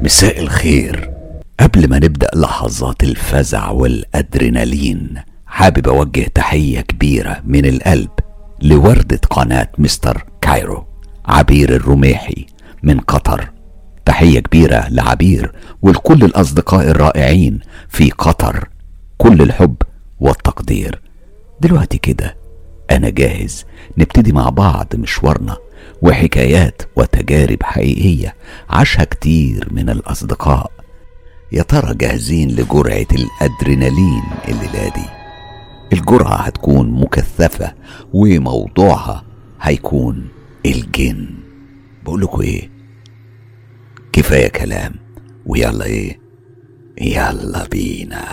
مساء الخير. قبل ما نبدأ لحظات الفزع والأدرينالين، حابب أوجه تحية كبيرة من القلب لوردة قناة مستر كايرو عبير الرميحي من قطر. تحية كبيرة لعبير ولكل الأصدقاء الرائعين في قطر، كل الحب والتقدير. دلوقتي كده أنا جاهز نبتدي مع بعض مشوارنا وحكايات وتجارب حقيقية عاشها كتير من الأصدقاء. يا ترى جاهزين لجرعة الأدرينالين الليلة دي؟ الجرعة هتكون مكثفة وموضوعها هيكون الجن. بقولكوا ايه، كفاية كلام ويلا ايه، يلا بينا.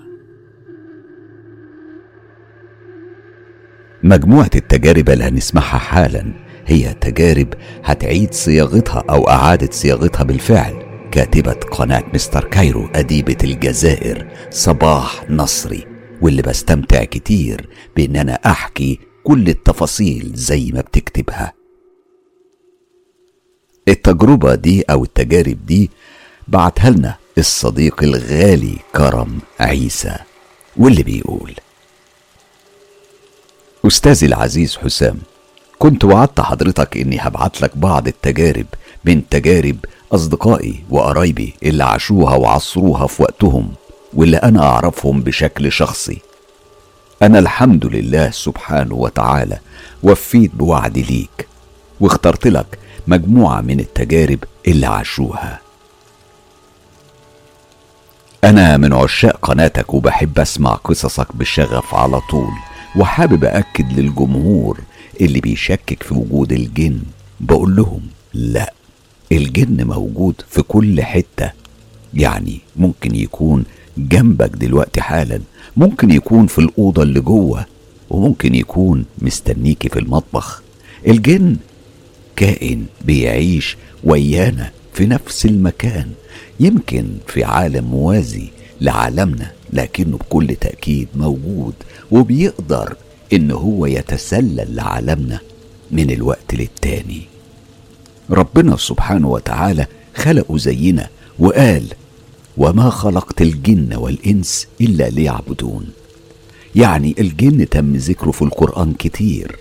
مجموعة التجارب اللي هنسمعها حالا هي تجارب هتعيد صياغتها او اعادة صياغتها بالفعل كاتبة قناة مستر كايرو أديبة الجزائر صباح نصري، واللي بستمتع كتير بان انا احكي كل التفاصيل زي ما بتكتبها. التجربة دي او التجارب دي بعتها لنا الصديق الغالي كرم عيسى، واللي بيقول: أستاذي العزيز حسام، كنت وعدت حضرتك إني هبعت لك بعض التجارب من تجارب أصدقائي وقرايبي اللي عاشوها وعصروها في وقتهم واللي أنا أعرفهم بشكل شخصي. أنا الحمد لله سبحانه وتعالى وفيت بوعدي ليك واخترت لك مجموعة من التجارب اللي عاشوها. أنا من عشاق قناتك وبحب أسمع قصصك بشغف على طول، وحابب أكد للجمهور اللي بيشكك في وجود الجن، بقول لهم لا، الجن موجود في كل حتة. يعني ممكن يكون جنبك دلوقتي حالا، ممكن يكون في الأوضة اللي جوه، وممكن يكون مستنيكي في المطبخ. الجن كائن بيعيش ويانا في نفس المكان، يمكن في عالم موازي لعالمنا، لكنه بكل تأكيد موجود وبيقدر إن هو يتسلل لعالمنا من الوقت للتاني. ربنا سبحانه وتعالى خلقه زينا وقال: وما خلقت الجن والإنس إلا ليعبدون. يعني الجن تم ذكره في القرآن كتير.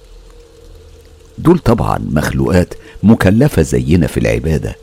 دول طبعا مخلوقات مكلفة زينا في العبادة،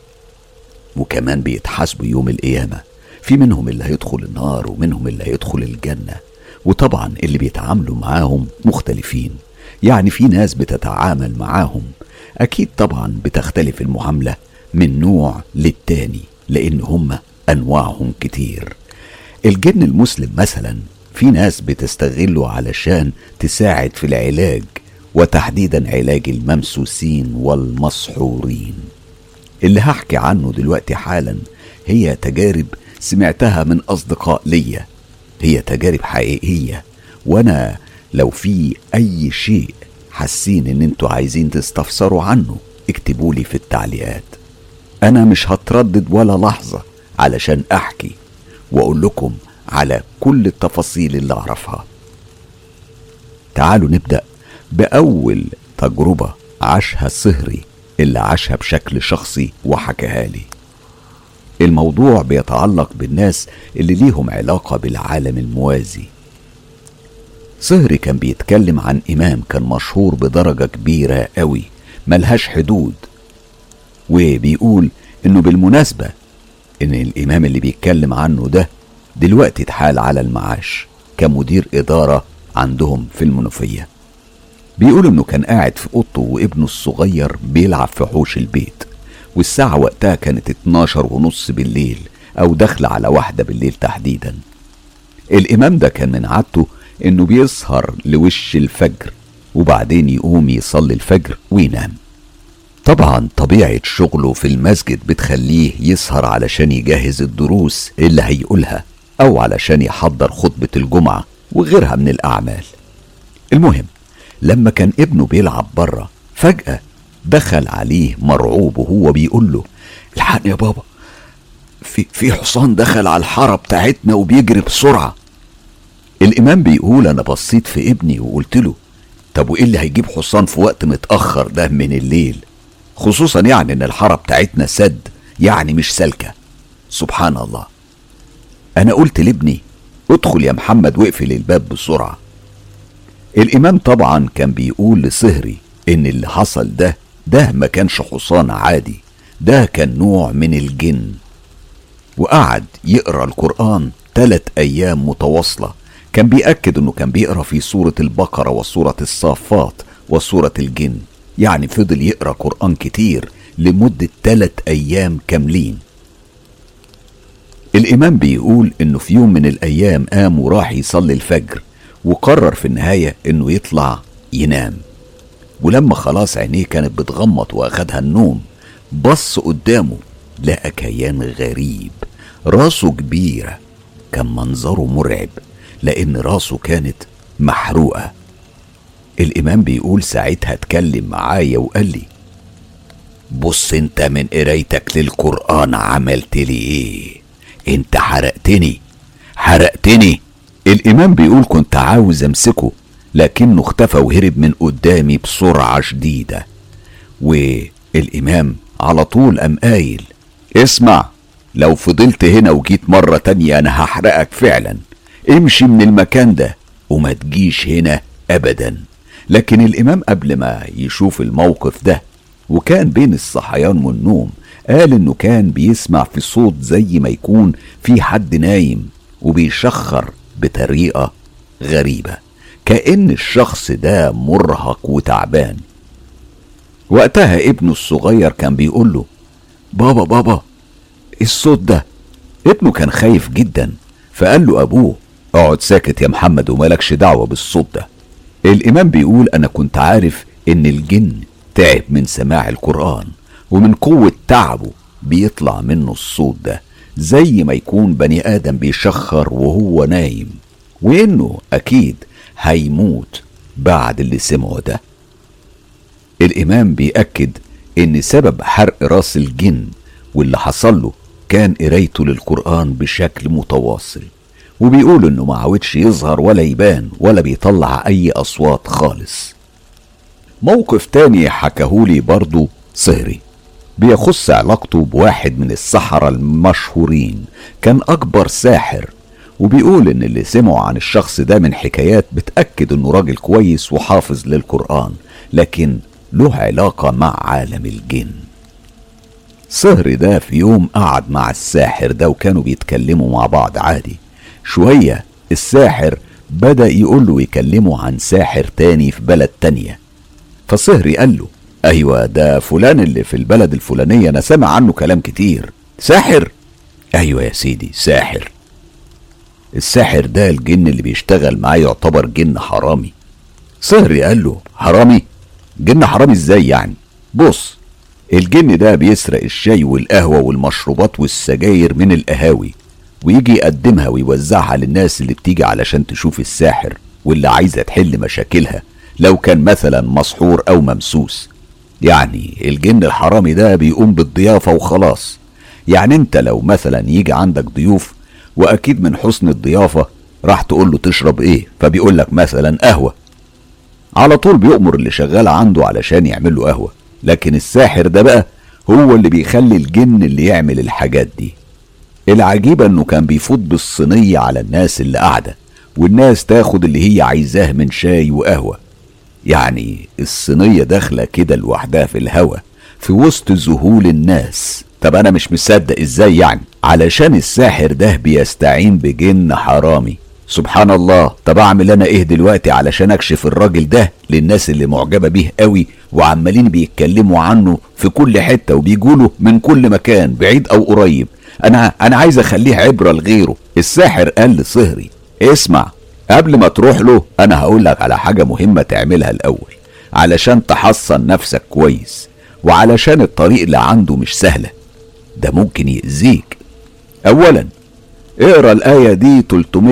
وكمان بيتحاسبوا يوم القيامة. في منهم اللي هيدخل النار ومنهم اللي هيدخل الجنة، وطبعا اللي بيتعاملوا معاهم مختلفين. يعني في ناس بتتعامل معاهم أكيد طبعا بتختلف المعاملة من نوع للتاني، لأن هم أنواعهم كتير. الجن المسلم مثلا في ناس بتستغله علشان تساعد في العلاج، وتحديدا علاج الممسوسين والمسحورين. اللي هحكي عنه دلوقتي حالا هي تجارب سمعتها من أصدقاء ليا، هي تجارب حقيقية. وانا لو في اي شيء حاسين ان انتوا عايزين تستفسروا عنه اكتبولي في التعليقات. انا مش هتردد ولا لحظة علشان احكي واقول لكم على كل التفاصيل اللي اعرفها. تعالوا نبدأ بأول تجربة عاشها صهري، اللي عاشها بشكل شخصي وحكاها لي. الموضوع بيتعلق بالناس اللي ليهم علاقة بالعالم الموازي. صهري كان بيتكلم عن إمام كان مشهور بدرجة كبيرة قوي ملهاش حدود، وبيقول إنه بالمناسبة إن الإمام اللي بيتكلم عنه ده دلوقتي اتحال على المعاش كمدير إدارة عندهم في المنوفية. بيقول إنه كان قاعد في أوضته وابنه الصغير بيلعب في حوش البيت، والساعة وقتها كانت 12:30 بالليل أو داخل على 1 بالليل تحديدا. الإمام ده كان من عادته إنه بيسهر لوش الفجر وبعدين يقوم يصلي الفجر وينام. طبعا طبيعة شغله في المسجد بتخليه يسهر علشان يجهز الدروس اللي هيقولها أو علشان يحضر خطبة الجمعة وغيرها من الأعمال. المهم لما كان ابنه بيلعب بره فجأة دخل عليه مرعوب وهو بيقول له: الحقني يا بابا، في حصان دخل على الحارة بتاعتنا وبيجري بسرعة. الإمام بيقول: أنا بصيت في ابني وقلت له: طب وإيه اللي هيجيب حصان في وقت متأخر ده من الليل، خصوصا يعني إن الحارة بتاعتنا سد، يعني مش سالكة. سبحان الله. انا قلت لابني ادخل يا محمد واقفل الباب بسرعة. الامام طبعا كان بيقول لصهري ان اللي حصل ده ما كانش حصان عادي، ده كان نوع من الجن. وقعد يقرأ القرآن 3 أيام متواصلة. كان بيأكد انه كان بيقرأ في سورة البقرة وسورة الصافات وسورة الجن، يعني فضل يقرأ قرآن كتير لمدة 3 أيام كاملين. الإمام بيقول انه في يوم من الأيام قام وراح يصلي الفجر، وقرر في النهاية انه يطلع ينام. ولما خلاص عينيه كانت بتغمض واخدها النوم، بص قدامه لقى كيان غريب، راسه كبيرة. كان منظره مرعب لأن راسه كانت محروقة. الإمام بيقول ساعتها اتكلم معايا وقال لي بص انت من قرايتك للقرآن عملت لي ايه؟ انت حرقتني. الإمام بيقول كنت عاوز امسكه لكنه اختفى وهرب من قدامي بسرعة شديدة. والإمام على طول قام قايل اسمع، لو فضلت هنا وجيت مرة تانية انا هحرقك فعلا، امشي من المكان ده وما تجيش هنا ابدا. لكن الامام قبل ما يشوف الموقف ده وكان بين الصحيان والنوم قال انه كان بيسمع في صوت زي ما يكون في حد نايم وبيشخر بطريقة غريبة، كأن الشخص ده مرهق وتعبان. وقتها ابنه الصغير كان بيقول له بابا الصوت ده. ابنه كان خايف جدا، فقال له ابوه اقعد ساكت يا محمد ومالكش دعوة بالصوت ده. الامام بيقول انا كنت عارف ان الجن تعب من سماع القرآن، ومن قوة تعبه بيطلع منه الصوت ده زي ما يكون بني ادم بيشخر وهو نايم، وانه اكيد هيموت بعد اللي سمعه ده. الامام بيأكد ان سبب حرق راس الجن واللي حصل له كان قرايته للقرآن بشكل متواصل، وبيقول انه ما عودش يظهر ولا يبان ولا بيطلع اي اصوات خالص. موقف تاني حكاهولي برضو صهري بيخص علاقته بواحد من السحرة المشهورين، كان اكبر ساحر. وبيقول ان اللي سمعوا عن الشخص ده من حكايات بتأكد انه راجل كويس وحافظ للقرآن، لكن له علاقة مع عالم الجن. صهري ده في يوم قعد مع الساحر ده وكانوا بيتكلموا مع بعض عادي. شوية الساحر بدأ يقوله يكلمه عن ساحر تاني في بلد تانية، فصهري قال له ايوه ده فلان اللي في البلد الفلانية، انا سامع عنه كلام كتير. ساحر؟ ايوه يا سيدي ساحر. الساحر ده الجن اللي بيشتغل معاه يعتبر جن حرامي. صهري قال له حرامي؟ جن حرامي ازاي يعني؟ بص، الجن ده بيسرق الشاي والقهوة والمشروبات والسجاير من القهاوي ويجي يقدمها ويوزعها للناس اللي بتيجي علشان تشوف الساحر واللي عايزة تحل مشاكلها لو كان مثلا مسحور او ممسوس. يعني الجن الحرامي ده بيقوم بالضيافة وخلاص. يعني انت لو مثلا يجي عندك ضيوف واكيد من حسن الضيافة راح تقول له تشرب ايه، فبيقول لك مثلا قهوة، على طول بيؤمر اللي شغال عنده علشان يعمل له قهوة. لكن الساحر ده بقى هو اللي بيخلي الجن اللي يعمل الحاجات دي. العجيبة انه كان بيفوت بالصينية على الناس اللي قاعدة، والناس تاخد اللي هي عايزاه من شاي وقهوة. يعني الصينية داخلة كده لوحدها في الهوا في وسط ذهول الناس. طب انا مش مصدق ازاي يعني، علشان الساحر ده بيستعين بجن حرامي. سبحان الله. طب اعمل انا ايه دلوقتي علشان اكشف الراجل ده للناس اللي معجبة بيه قوي وعمالين بيتكلموا عنه في كل حتة وبيقولوا من كل مكان بعيد او قريب؟ انا عايز اخليه عبرة لغيره. الساحر قال لصهري اسمع، قبل ما تروح له انا هقول لك على حاجة مهمة تعملها الاول علشان تحصن نفسك كويس، وعلشان الطريق اللي عنده مش سهلة، ده ممكن يأذيك. اولا اقرأ الآية دي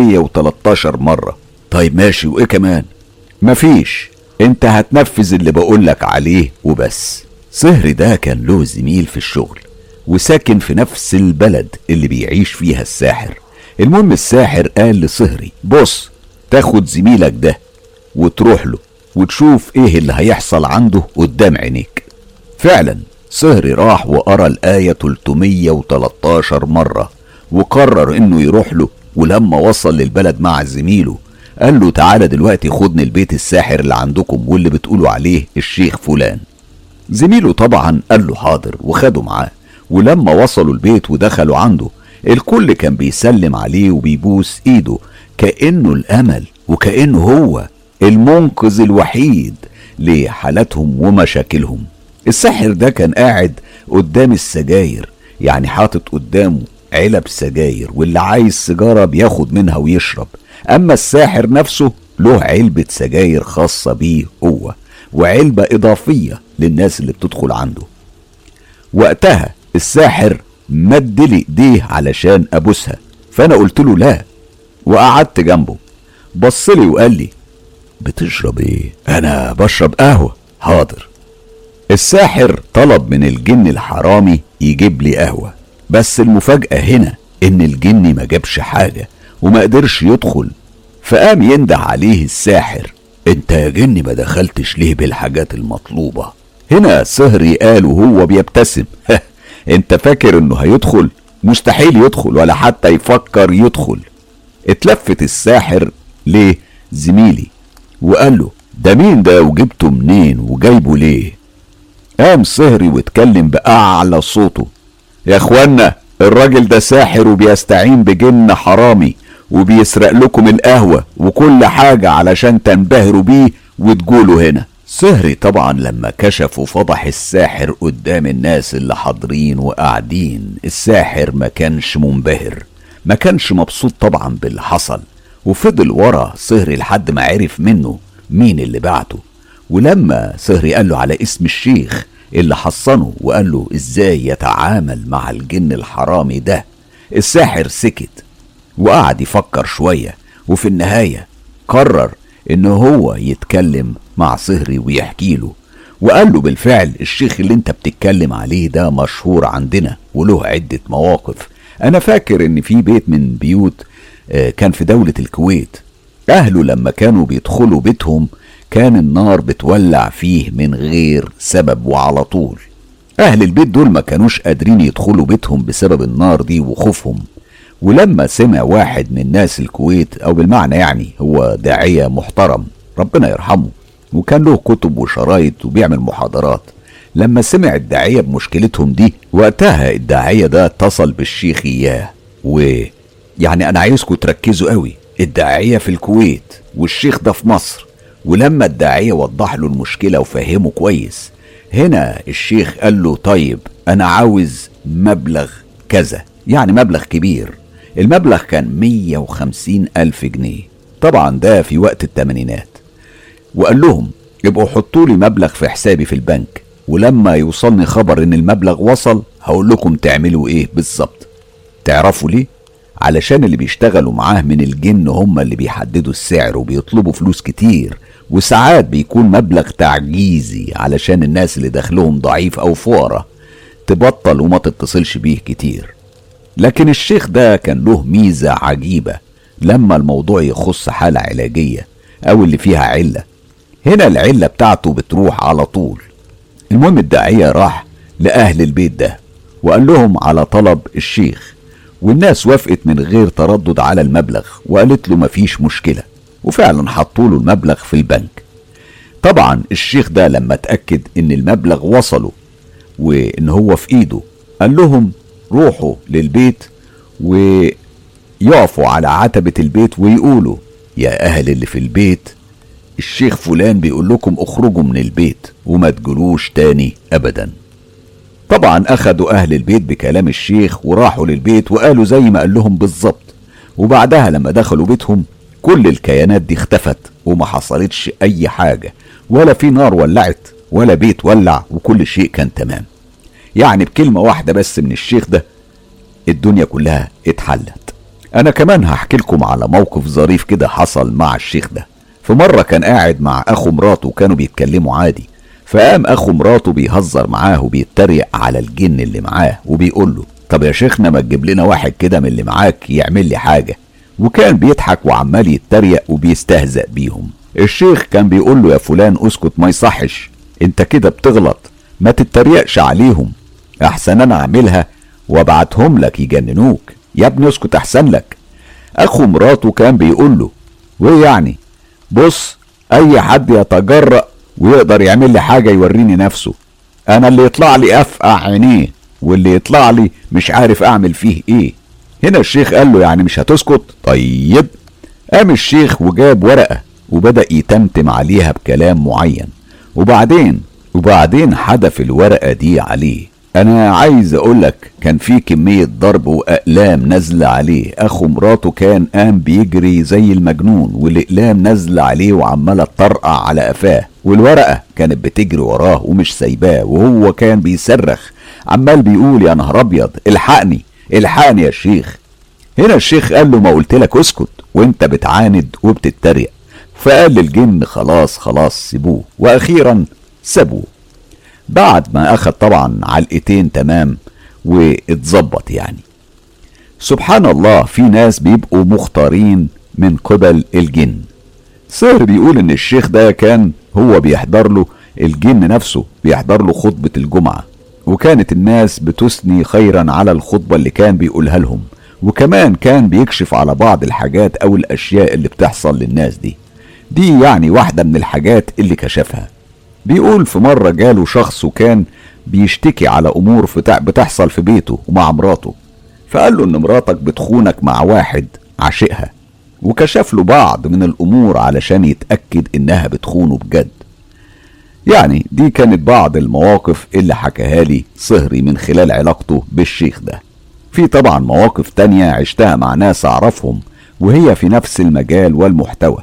313 مرة. طيب ماشي، وايه كمان؟ مفيش، انت هتنفذ اللي بقولك عليه وبس. صهري ده كان له زميل في الشغل وساكن في نفس البلد اللي بيعيش فيها الساحر. المهم الساحر قال لصهري بص، تاخد زميلك ده وتروح له وتشوف ايه اللي هيحصل عنده قدام عينيك. فعلا صهري راح وقرا الآية 313 مرة وقرر انه يروح له. ولما وصل للبلد مع زميله قال له تعالى دلوقتي خدني البيت الساحر اللي عندكم واللي بتقولوا عليه الشيخ فلان. زميله طبعا قال له حاضر وخده معاه. ولما وصلوا البيت ودخلوا عنده الكل كان بيسلم عليه وبيبوس ايده كأنه الامل وكأنه هو المنقذ الوحيد لحالاتهم ومشاكلهم. الساحر ده كان قاعد قدام السجاير، يعني حاطط قدامه علب سجاير واللي عايز سيجارة بياخد منها ويشرب. اما الساحر نفسه له علبة سجاير خاصة بيه هو وعلبة اضافية للناس اللي بتدخل عنده. وقتها الساحر مد لي ايديه علشان ابوسها، فانا قلت له لا وقعدت جنبه. بصلي وقال لي بتشرب ايه؟ انا بشرب قهوة. حاضر. الساحر طلب من الجن الحرامي يجيب لي قهوة، بس المفاجأة هنا ان الجن ما جابش حاجة وما قدرش يدخل. فقام ينده عليه الساحر انت يا جن ما دخلتش ليه بالحاجات المطلوبة؟ هنا صهري قال وهو بيبتسم انت فاكر انه هيدخل؟ مستحيل يدخل ولا حتى يفكر يدخل. اتلفت الساحر لزميلي وقال له ده مين ده وجبته منين وجايبه ليه؟ قام صهري واتكلم بأعلى صوته يا اخوانا الراجل ده ساحر وبيستعين بجن حرامي وبيسرق لكم القهوة وكل حاجة علشان تنبهروا بيه وتقولوا هنا. صهري طبعا لما كشف وفضح الساحر قدام الناس اللي حاضرين وقاعدين، الساحر ما كانش منبهر، ما كانش مبسوط طبعا باللي حصل، وفضل ورا صهري لحد ما عرف منه مين اللي بعته. ولما صهري قال له على اسم الشيخ اللي حصنه وقال له ازاي يتعامل مع الجن الحرامي ده، الساحر سكت وقعد يفكر شوية، وفي النهاية قرر انه هو يتكلم مع صهري ويحكي له. وقال له بالفعل الشيخ اللي انت بتتكلم عليه ده مشهور عندنا وله عدة مواقف. انا فاكر ان في بيت من بيوت كان في دولة الكويت، اهله لما كانوا بيدخلوا بيتهم كان النار بتولع فيه من غير سبب وعلى طول. اهل البيت دول ما كانوش قادرين يدخلوا بيتهم بسبب النار دي وخوفهم. ولما سمع واحد من ناس الكويت، او بالمعنى يعني هو داعية محترم ربنا يرحمه وكان له كتب وشرايط وبيعمل محاضرات، لما سمع الداعية بمشكلتهم دي وقتها الداعية ده اتصل بالشيخ اياه. ويعني انا عايزكم تركزوا قوي، الداعية في الكويت والشيخ ده في مصر. ولما الداعية وضح له المشكلة وفهمه كويس، هنا الشيخ قال له طيب انا عاوز مبلغ كذا، يعني مبلغ كبير. المبلغ كان 150,000 جنيه، طبعا ده في وقت الثمانينات. وقال لهم يبقوا حطوا لي مبلغ في حسابي في البنك، ولما يوصلني خبر ان المبلغ وصل هقول لكم تعملوا ايه بالظبط. تعرفوا ليه؟ علشان اللي بيشتغلوا معاه من الجن هم اللي بيحددوا السعر وبيطلبوا فلوس كتير، وساعات بيكون مبلغ تعجيزي علشان الناس اللي دخلهم ضعيف او فقراء تبطل وما تتصلش بيه كتير. لكن الشيخ ده كان له ميزة عجيبة لما الموضوع يخص حالة علاجية او اللي فيها علة، هنا العلة بتاعته بتروح على طول. المهم الداعية راح لأهل البيت ده وقال لهم على طلب الشيخ، والناس وافقت من غير تردد على المبلغ وقالت له مفيش مشكلة، وفعلا حطوا له المبلغ في البنك. طبعا الشيخ ده لما اتأكد ان المبلغ وصله وان هو في ايده قال لهم روحوا للبيت ويقفوا على عتبة البيت ويقولوا يا اهل اللي في البيت الشيخ فلان بيقول لكم اخرجوا من البيت وما تجلوش تاني ابدا. طبعا اخدوا اهل البيت بكلام الشيخ وراحوا للبيت وقالوا زي ما قال لهم بالظبط. وبعدها لما دخلوا بيتهم كل الكيانات دي اختفت وما حصلتش اي حاجة، ولا في نار ولعت ولا بيت ولع، وكل شيء كان تمام. يعني بكلمة واحدة بس من الشيخ ده الدنيا كلها اتحلت. انا كمان هحكي لكم على موقف ظريف كده حصل مع الشيخ ده. في مرة كان قاعد مع اخو مراته وكانوا بيتكلموا عادي، فقام اخو مراته بيهزر معاه وبيتريق على الجن اللي معاه وبيقول له طب يا شيخنا ما تجيب لنا واحد كده من اللي معاك يعمل لي حاجة. وكان بيضحك وعمال يتريق وبيستهزأ بيهم. الشيخ كان بيقول له يا فلان اسكت ما يصحش، انت كده بتغلط، ما تتريقش عليهم، احسن انا اعملها وابعتهم لك يجننوك. يا ابني اسكت احسن لك. اخو مراته كان بيقول له: وايه يعني؟ بص، اي حد يتجرأ ويقدر يعمل لي حاجة يوريني نفسه، انا اللي يطلع لي افقع عينيه، واللي يطلع لي مش عارف اعمل فيه ايه. هنا الشيخ قال له: يعني مش هتسكت؟ طيب. قام الشيخ وجاب ورقة وبدأ يتمتم عليها بكلام معين، وبعدين حدف الورقة دي عليه. انا عايز اقولك كان في كمية ضرب واقلام نازلة عليه. اخو مراته كان قام بيجري زي المجنون، والاقلام نازلة عليه وعمالة تطرقع على قفاه، والورقة كانت بتجري وراه ومش سايباه، وهو كان بيصرخ عمال بيقول: يا نهار ابيض، الحقني الحقني يا شيخ. هنا الشيخ قال له: ما قلت لك اسكت وانت بتعاند وبتتريق؟ فقال للجن: خلاص خلاص سيبوه. واخيرا سابوه بعد ما اخد طبعا علقتين تمام واتظبط يعني. سبحان الله، في ناس بيبقوا مختارين من قبل الجن. سهر بيقول ان الشيخ ده كان هو بيحضر له، الجن نفسه بيحضر له خطبة الجمعة، وكانت الناس بتثني خيرا على الخطبة اللي كان بيقولها لهم، وكمان كان بيكشف على بعض الحاجات او الاشياء اللي بتحصل للناس دي يعني واحدة من الحاجات اللي كشفها. بيقول في مرة جاله شخص وكان بيشتكي على امور بتحصل في بيته ومع مراته، فقال له ان مراتك بتخونك مع واحد عاشقها، وكشف له بعض من الامور علشان يتأكد انها بتخونه بجد. يعني دي كانت بعض المواقف اللي حكاها لي صهري من خلال علاقته بالشيخ ده. في طبعا مواقف تانية عشتها مع ناس اعرفهم وهي في نفس المجال والمحتوى.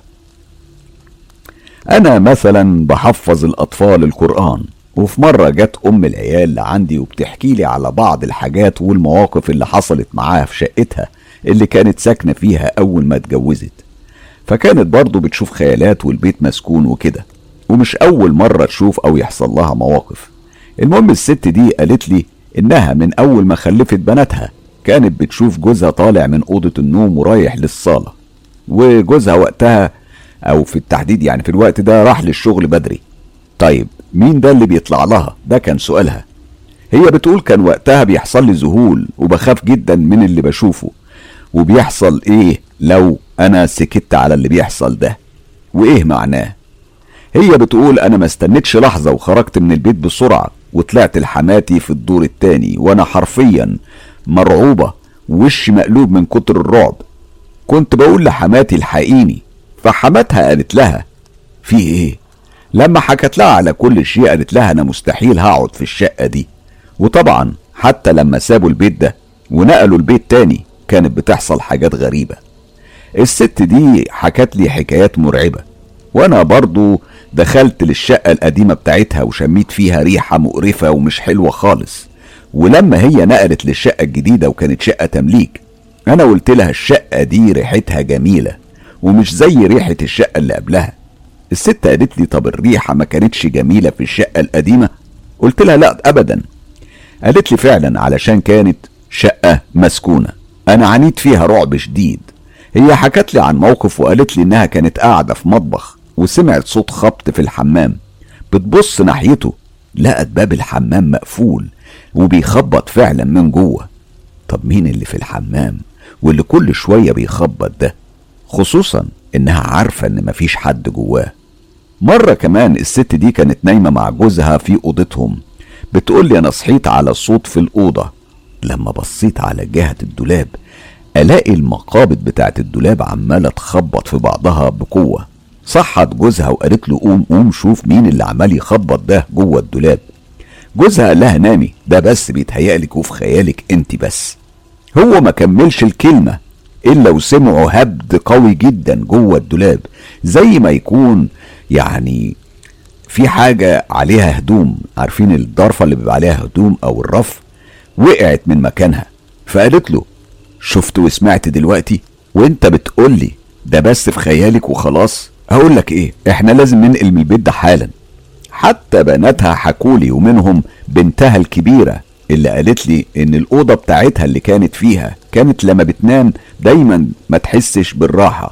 انا مثلا بحفظ الاطفال القرآن، وفي مرة جت ام العيال لعندي وبتحكي لي على بعض الحاجات والمواقف اللي حصلت معاها في شقتها اللي كانت ساكنة فيها اول ما اتجوزت. فكانت برضو بتشوف خيالات والبيت مسكون وكده، ومش اول مرة تشوف او يحصل لها مواقف. المهم الست دي قالت لي انها من اول ما خلفت بناتها كانت بتشوف جوزها طالع من اوضة النوم ورايح للصالة، وجوزها وقتها او في التحديد يعني في الوقت ده راح للشغل بدري. طيب مين ده اللي بيطلع لها؟ ده كان سؤالها. هي بتقول: كان وقتها بيحصل لي ذهول وبخاف جدا من اللي بشوفه، وبيحصل ايه لو انا سكت على اللي بيحصل ده وايه معناه. هي بتقول: انا ما استنتش لحظة وخرجت من البيت بسرعة وطلعت لحماتي في الدور التاني، وانا حرفيا مرعوبة ووشي مقلوب من كتر الرعب. كنت بقول لحماتي: الحقيني. فحماتها قالت لها: في ايه؟ لما حكت لها على كل شيء قالت لها: انا مستحيل هقعد في الشقة دي. وطبعا حتى لما سابوا البيت ده ونقلوا البيت تاني كانت بتحصل حاجات غريبة. الست دي حكت لي حكايات مرعبة، وانا برضو دخلت للشقة القديمة بتاعتها وشميت فيها ريحة مقرفة ومش حلوة خالص. ولما هي نقلت للشقة الجديدة وكانت شقة تمليك، انا قلت لها: الشقة دي ريحتها جميلة ومش زي ريحة الشقة اللي قبلها. الست قالت لي: طب الريحة ما كانتش جميلة في الشقة القديمة؟ قلت لها: لا ابدا. قالت لي: فعلا علشان كانت شقة مسكونة، انا عانيت فيها رعب شديد. هي حكت لي عن موقف وقالت لي انها كانت قاعدة في مطبخ وسمعت صوت خبط في الحمام، بتبص ناحيته لقت باب الحمام مقفول وبيخبط فعلا من جوه. طب مين اللي في الحمام واللي كل شوية بيخبط ده، خصوصا انها عارفة ان مفيش حد جواه. مرة كمان الست دي كانت نايمة مع جوزها في اوضتهم، بتقول لي: انا صحيت على صوت في الأوضة، لما بصيت على جهة الدولاب الاقي المقابض بتاعت الدولاب عمالة تخبط في بعضها بقوة. صحت جوزها وقالت له: قوم شوف مين اللي عمال يخبط ده جوه الدولاب. جوزها قال لها: نامي، ده بس بيتهيألك وفي خيالك انت بس. هو ما كملش الكلمة الا وسمعوا هبد قوي جدا جوه الدولاب، زي ما يكون يعني في حاجة عليها هدوم، عارفين الضرفة اللي بيبقى عليها هدوم او الرف، وقعت من مكانها. فقالت له: شفت وسمعت دلوقتي وانت بتقولي ده بس في خيالك وخلاص؟ هقول لك ايه، احنا لازم ننقل من البيت ده حالا. حتى بناتها حكولي، ومنهم بنتها الكبيرة اللي قالت لي ان الأوضة بتاعتها اللي كانت فيها كانت لما بتنام دايما ما تحسش بالراحة،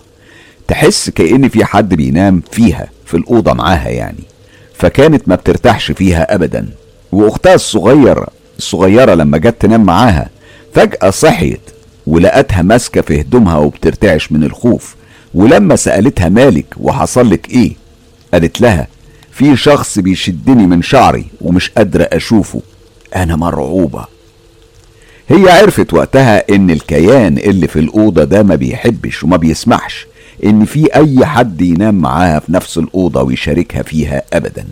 تحس كأن في حد بينام فيها في الأوضة معاها يعني، فكانت ما بترتاحش فيها أبدا. واختها الصغيرة لما جت تنام معاها فجأة صحيت ولقتها ماسكة في هدومها وبترتعش من الخوف. ولما سألتها مالك وحصل لك ايه، قالت لها في شخص بيشدني من شعري ومش قادرة اشوفه، انا مرعوبة. هي عرفت وقتها ان الكيان اللي في الأوضة ده ما بيحبش وما بيسمحش ان في اي حد ينام معاها في نفس الأوضة ويشاركها فيها ابدا،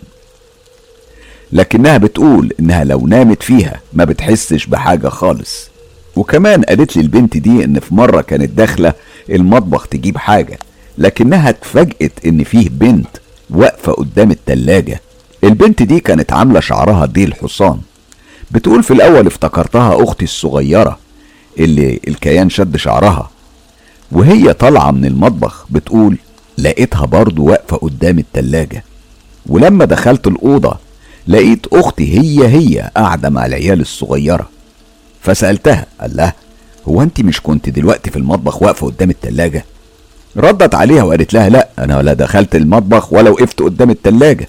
لكنها بتقول انها لو نامت فيها ما بتحسش بحاجة خالص. وكمان قالت لي البنت دي ان في مرة كانت داخلة المطبخ تجيب حاجة، لكنها اتفاجئت ان فيه بنت واقفة قدام التلاجة. البنت دي كانت عاملة شعرها ديل حصان. بتقول في الاول افتكرتها اختي الصغيرة اللي الكيان شد شعرها، وهي طالعة من المطبخ بتقول لقيتها برضو واقفة قدام التلاجة. ولما دخلت الأوضة لقيت اختي هي قاعدة مع العيال الصغيرة. فسألتها، قال لها هو انت مش كنت دلوقتي في المطبخ واقفة قدام التلاجة؟ ردت عليها وقالت لها لا، انا ولا دخلت المطبخ ولا وقفت قدام التلاجة.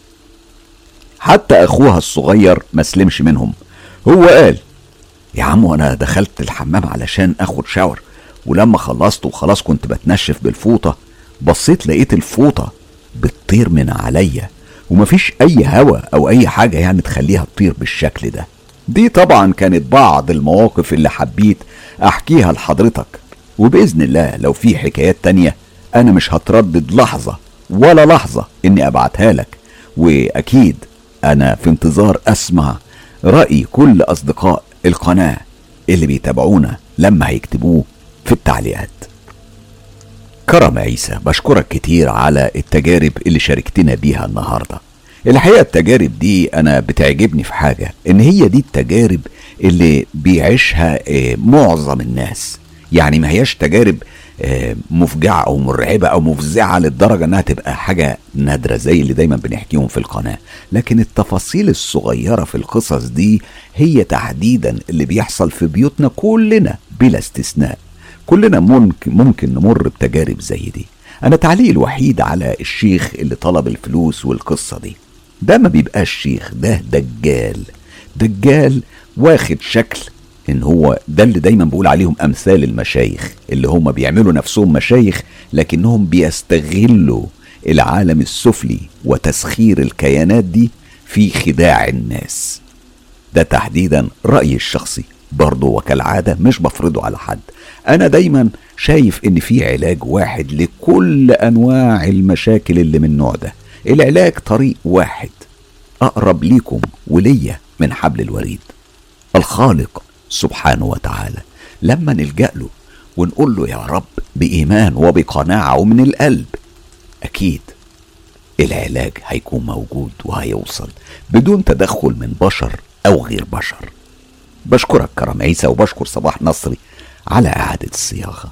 حتى اخوها الصغير ما سلمش منهم، هو قال يا عم انا دخلت الحمام علشان اخد شاور، ولما خلصت وخلاص كنت بتنشف بالفوطة بصيت لقيت الفوطة بتطير من عليا ومفيش اي هوا او اي حاجة يعني تخليها تطير بالشكل ده. دي طبعا كانت بعض المواقف اللي حبيت احكيها لحضرتك، وبإذن الله لو في حكايات تانية انا مش هتردد لحظة ولا لحظة اني ابعتها لك. واكيد انا في انتظار اسمع رأي كل اصدقاء القناة اللي بيتابعونا لما هيكتبوه في التعليقات. كرم عيسى، بشكرك كتير على التجارب اللي شاركتنا بيها النهاردة. الحقيقة التجارب دي أنا بتعجبني في حاجة، إن هي دي التجارب اللي بيعيشها معظم الناس. يعني ما هياش تجارب مفجعة أو مرعبة أو مفزعة للدرجة إنها تبقى حاجة نادرة زي اللي دايما بنحكيهم في القناة، لكن التفاصيل الصغيرة في القصص دي هي تحديدا اللي بيحصل في بيوتنا كلنا بلا استثناء. كلنا ممكن نمر بتجارب زي دي. أنا تعليق الوحيد على الشيخ اللي طلب الفلوس والقصة دي، ده ما بيبقاش شيخ، ده دجال واخد شكل ان هو ده اللي دايما بقول عليهم امثال المشايخ، اللي هم بيعملوا نفسهم مشايخ لكنهم بيستغلوا العالم السفلي وتسخير الكيانات دي في خداع الناس. ده تحديدا رأيي الشخصي برضه، وكالعادة مش بفرضه على حد. انا دايما شايف ان في علاج واحد لكل انواع المشاكل اللي من النوع ده. العلاج طريق واحد اقرب ليكم وليا من حبل الوريد، الخالق سبحانه وتعالى. لما نلجأ له ونقول له يا رب بإيمان وبقناعة ومن القلب، أكيد العلاج هيكون موجود وهيوصل بدون تدخل من بشر أو غير بشر. بشكرك كرم عيسى، وبشكر صباح نصري على إعادة الصياغة.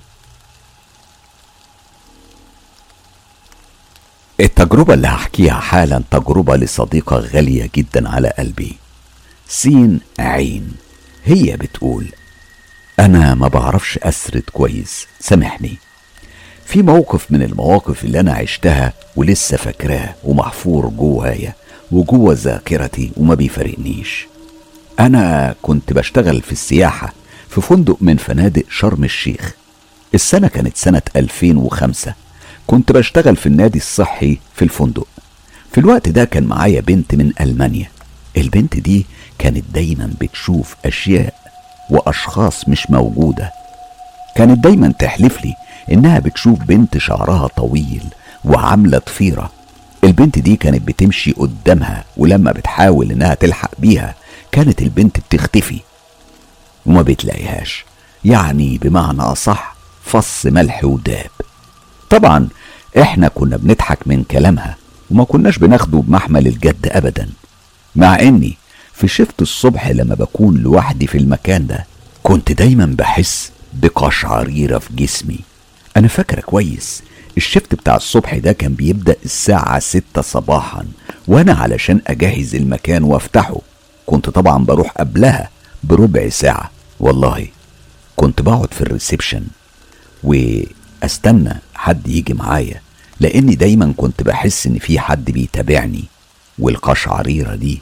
التجربة اللي هحكيها حالا تجربة لصديقة غالية جدا على قلبي، سين عين. هي بتقول أنا ما بعرفش أسرد كويس، سامحني. في موقف من المواقف اللي أنا عشتها ولسه فاكراه ومحفور جوايا وجوا ذاكرتي وما بيفارقنيش. أنا كنت بشتغل في السياحة في فندق من فنادق شرم الشيخ. السنة كانت سنة 2005. كنت بشتغل في النادي الصحي في الفندق. في الوقت ده كان معايا بنت من ألمانيا. البنت دي كانت دايما بتشوف أشياء وأشخاص مش موجودة. كانت دايما تحلف لي إنها بتشوف بنت شعرها طويل وعاملة ضفيرة. البنت دي كانت بتمشي قدامها، ولما بتحاول إنها تلحق بيها كانت البنت بتختفي وما بتلاقيهاش. يعني بمعنى أصح فص ملح وداب. طبعا احنا كنا بنضحك من كلامها وما كناش بناخده بمحمل الجد أبدا، مع إني في شفت الصبح لما بكون لوحدي في المكان ده كنت دايما بحس بقشعريرة في جسمي. أنا فاكرة كويس الشفت بتاع الصبح ده كان بيبدأ الساعة 6 صباحا، وأنا علشان أجهز المكان وافتحه كنت طبعا بروح قبلها بربع ساعة. والله كنت بقعد في الريسبشن واستنى حد يجي معايا، لاني دايما كنت بحس ان في حد بيتابعني، والقشعريرة دي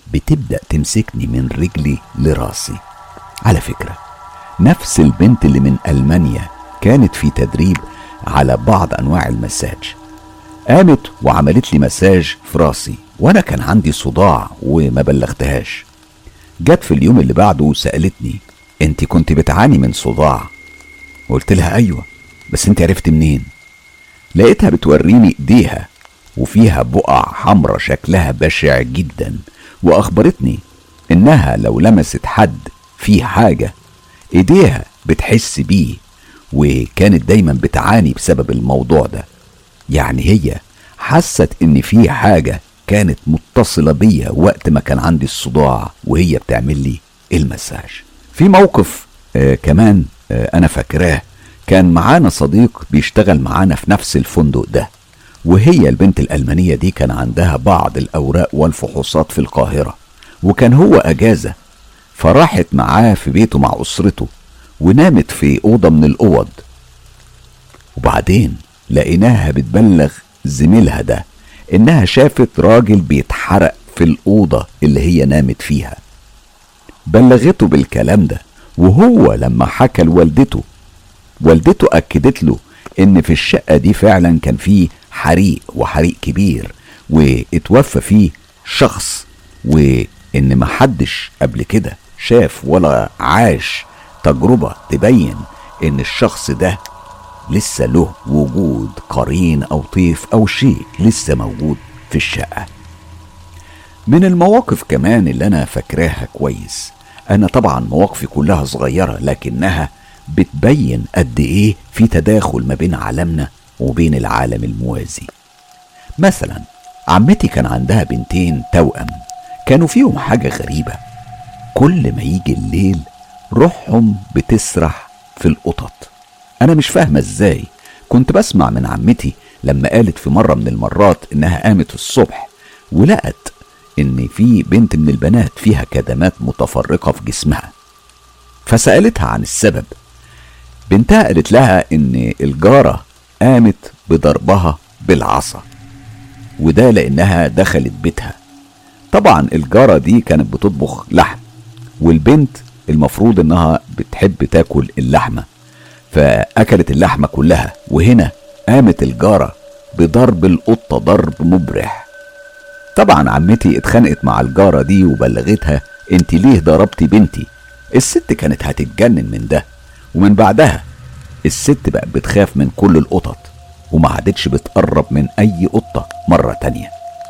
بتبدأ تمسكني من رجلي لراسي. على فكرة نفس البنت اللي من ألمانيا كانت في تدريب على بعض أنواع المساج، قامت وعملت لي مساج في راسي وأنا كان عندي صداع وما بلغتهاش. جت في اليوم اللي بعده وسألتني انت كنت بتعاني من صداع؟ قلت لها ايوه، بس انت عرفت منين؟ لقيتها بتوريني ايديها وفيها بقع حمرة شكلها بشع جدا، واخبرتني انها لو لمست حد فيه حاجة ايديها بتحس بيه، وكانت دايما بتعاني بسبب الموضوع ده. يعني هي حست ان في حاجة كانت متصلة بيا وقت ما كان عندي الصداع وهي بتعمل لي المساج. في موقف كمان انا فاكراه، كان معانا صديق بيشتغل معانا في نفس الفندق ده، وهي البنت الألمانية دي كان عندها بعض الأوراق والفحوصات في القاهرة، وكان هو أجازة، فراحت معاه في بيته مع أسرته ونامت في أوضة من الأوض. وبعدين لقيناها بتبلغ زميلها ده إنها شافت راجل بيتحرق في الأوضة اللي هي نامت فيها. بلغته بالكلام ده، وهو لما حكى لوالدته، والدته أكدت له إن في الشقة دي فعلا كان فيه حريق، وحريق كبير، واتوفى فيه شخص، وإن محدش قبل كده شاف ولا عاش تجربة تبين إن الشخص ده لسه له وجود، قرين أو طيف أو شيء لسه موجود في الشقة. من المواقف كمان اللي أنا فاكراها كويس، أنا طبعا مواقفي كلها صغيرة لكنها بتبين قد إيه في تداخل ما بين عالمنا وبين العالم الموازي. مثلا عمتي كان عندها بنتين توأم، كانوا فيهم حاجة غريبة، كل ما يجي الليل روحهم بتسرح في القطط. أنا مش فاهمة إزاي. كنت بسمع من عمتي لما قالت في مرة من المرات إنها قامت الصبح ولقت إن في بنت من البنات فيها كدمات متفرقة في جسمها، فسألتها عن السبب. بنتها قالت لها إن الجارة قامت بضربها بالعصا، وده لأنها دخلت بيتها. طبعا الجارة دي كانت بتطبخ لحم، والبنت المفروض إنها بتحب تاكل اللحمة، فأكلت اللحمة كلها، وهنا قامت الجارة بضرب القطة ضرب مبرح. طبعا عمتي اتخانقت مع الجارة دي وبلغتها انت ليه ضربتي بنتي؟ الست كانت هتتجنن من ده، ومن بعدها الست بقت بتخاف من كل القطط وما عادتش بتقرب من اي قطة مرة تانية.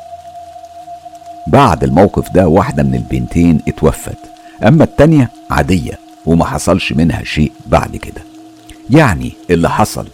بعد الموقف ده واحدة من البنتين اتوفت، اما التانية عادية وما حصلش منها شيء بعد كده. يعني اللي حصل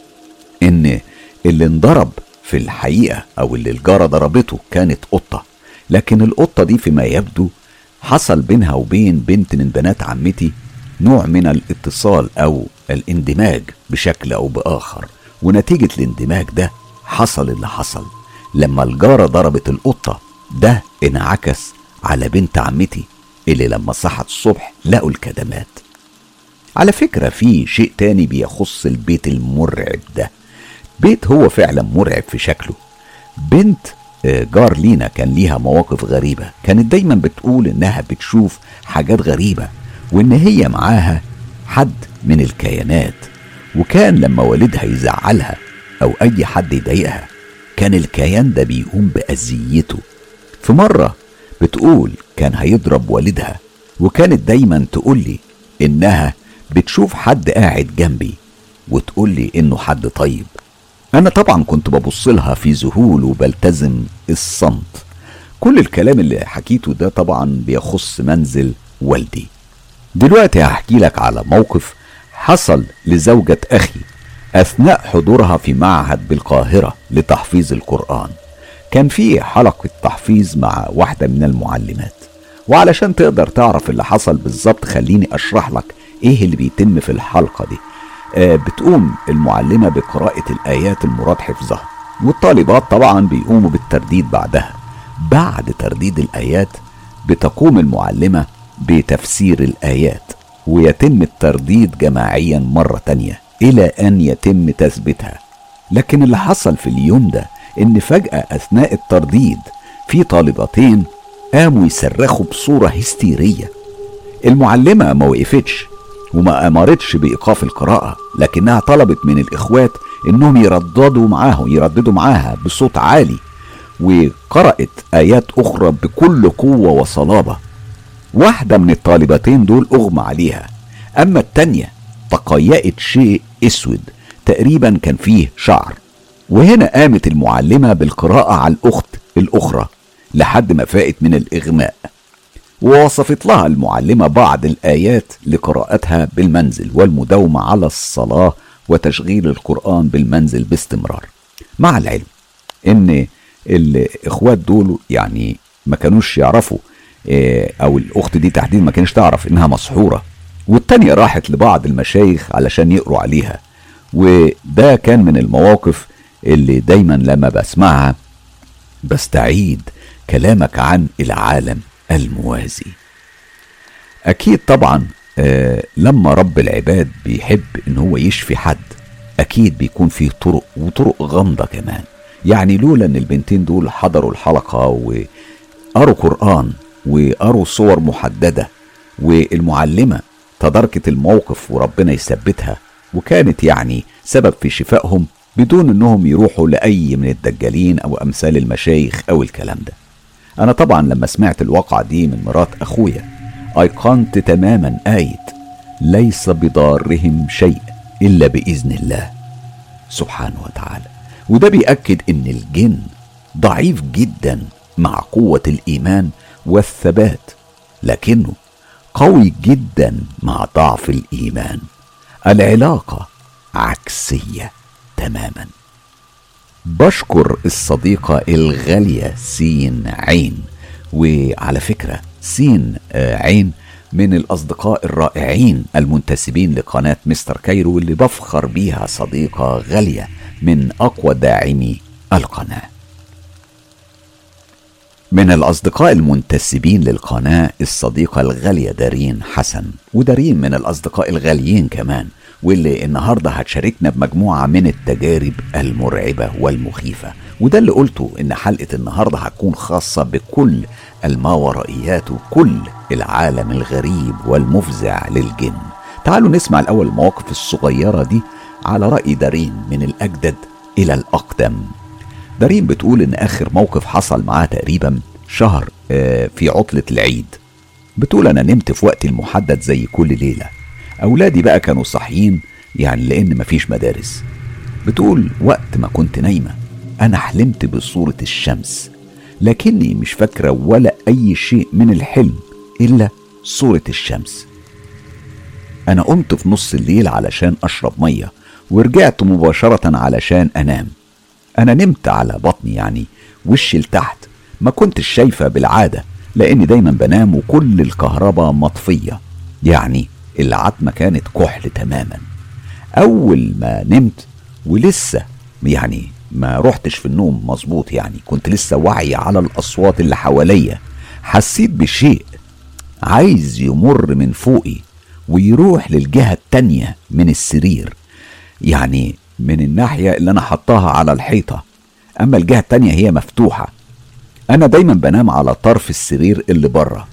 ان اللي انضرب في الحقيقة او اللي الجارة ضربته كانت قطة، لكن القطة دي فيما يبدو حصل بينها وبين بنت من بنات عمتي نوع من الاتصال او الاندماج بشكل او باخر، ونتيجة الاندماج ده حصل اللي حصل. لما الجارة ضربت القطة ده انعكس على بنت عمتي اللي لما صحت الصبح لقوا الكدمات. على فكرة في شيء تاني بيخص البيت المرعب ده، بيت هو فعلا مرعب في شكله. بنت جار لينا كان ليها مواقف غريبة، كانت دايما بتقول انها بتشوف حاجات غريبة وان هي معاها حد من الكيانات، وكان لما والدها يزعلها او اي حد يضايقها كان الكيان ده بيقوم بأذيته. في مرة بتقول كان هيضرب والدها، وكانت دايما تقول لي انها بتشوف حد قاعد جنبي وتقول لي انه حد طيب. انا طبعا كنت ببص لها في ذهول وبلتزم الصمت. كل الكلام اللي حكيته ده طبعا بيخص منزل والدي. دلوقتي هحكي لك على موقف حصل لزوجة اخي اثناء حضورها في معهد بالقاهرة لتحفيظ القرآن. كان في حلقة تحفيظ مع واحدة من المعلمات، وعلشان تقدر تعرف اللي حصل بالظبط خليني اشرح لك ايه اللي بيتم في الحلقة دي. بتقوم المعلمة بقراءة الآيات المراد حفظها، والطالبات طبعا بيقوموا بالترديد بعدها. بعد ترديد الآيات بتقوم المعلمة بتفسير الآيات، ويتم الترديد جماعيا مرة تانية إلى أن يتم تثبيتها. لكن اللي حصل في اليوم ده إن فجأة أثناء الترديد في طالبتين قاموا يصرخوا بصورة هستيرية. المعلمة ما وقفتش وما أمرتش بإيقاف القراءة، لكنها طلبت من الإخوات إنهم يرددوا معاها بصوت عالي، وقرأت آيات أخرى بكل قوة وصلابة. واحدة من الطالبتين دول أغمى عليها، أما التانية تقيأت شيء أسود تقريبا كان فيه شعر. وهنا قامت المعلمة بالقراءة على الأخت الأخرى لحد ما فاقت من الإغماء، ووصفت لها المعلمة بعض الآيات لقراءتها بالمنزل والمداومة على الصلاة وتشغيل القرآن بالمنزل باستمرار. مع العلم إن الإخوات دول يعني ما كانوش يعرفوا، أو الأخت دي تحديدا ما كانش تعرف إنها مسحورة، والتانية راحت لبعض المشايخ علشان يقروا عليها. وده كان من المواقف اللي دايما لما بسمعها بستعيد كلامك عن العالم الموازي. أكيد طبعا لما رب العباد بيحب إن هو يشفي حد أكيد بيكون فيه طرق، وطرق غامضة كمان. يعني لولا إن البنتين دول حضروا الحلقة وقروا قرآن وقروا صور محددة، والمعلمة تداركت الموقف وربنا يثبتها، وكانت يعني سبب في شفائهم بدون انهم يروحوا لأي من الدجالين او امثال المشايخ او الكلام ده. انا طبعا لما سمعت الواقعة دي من مرات اخويا ايقنت تماما آية ليس بضارهم شيء الا بإذن الله سبحانه وتعالى. وده بيأكد ان الجن ضعيف جدا مع قوة الايمان والثبات، لكنه قوي جدا مع ضعف الايمان. العلاقة عكسية تماما. بشكر الصديقة الغالية سين عين، وعلى فكرة سين عين من الأصدقاء الرائعين المنتسبين لقناة مستر كايرو، واللي بفخر بيها صديقة غالية من أقوى داعمي القناة. من الأصدقاء المنتسبين للقناة الصديقة الغالية دارين حسن، ودارين من الأصدقاء الغاليين كمان، واللي النهاردة هتشاركنا بمجموعة من التجارب المرعبة والمخيفة. وده اللي قلته إن حلقة النهاردة هتكون خاصة بكل الماورائيات وكل العالم الغريب والمفزع للجن. تعالوا نسمع الأول المواقف الصغيرة دي على رأي دارين من الأجدد إلى الأقدم. دارين بتقول إن آخر موقف حصل معاه تقريبا شهر في عطلة العيد. بتقول أنا نمت في وقت المحدد زي كل ليلة، أولادي بقى كانوا صاحيين يعني لأن مفيش مدارس. بتقول وقت ما كنت نايمة أنا حلمت بصورة الشمس، لكني مش فاكرة ولا أي شيء من الحلم إلا صورة الشمس. أنا قمت في نص الليل علشان أشرب مية ورجعت مباشرة علشان أنام. أنا نمت على بطني يعني وشي لتحت، ما كنتش شايفة بالعادة لأني دايما بنام وكل الكهرباء مطفية، يعني العتمة كانت كحل تماما. أول ما نمت ولسه يعني ما رحتش في النوم مظبوط، يعني كنت لسه واعي على الأصوات اللي حواليا، حسيت بشيء عايز يمر من فوقي ويروح للجهة التانية من السرير، يعني من الناحية اللي أنا حطاها على الحيطة، أما الجهة التانية هي مفتوحة. أنا دايما بنام على طرف السرير اللي بره.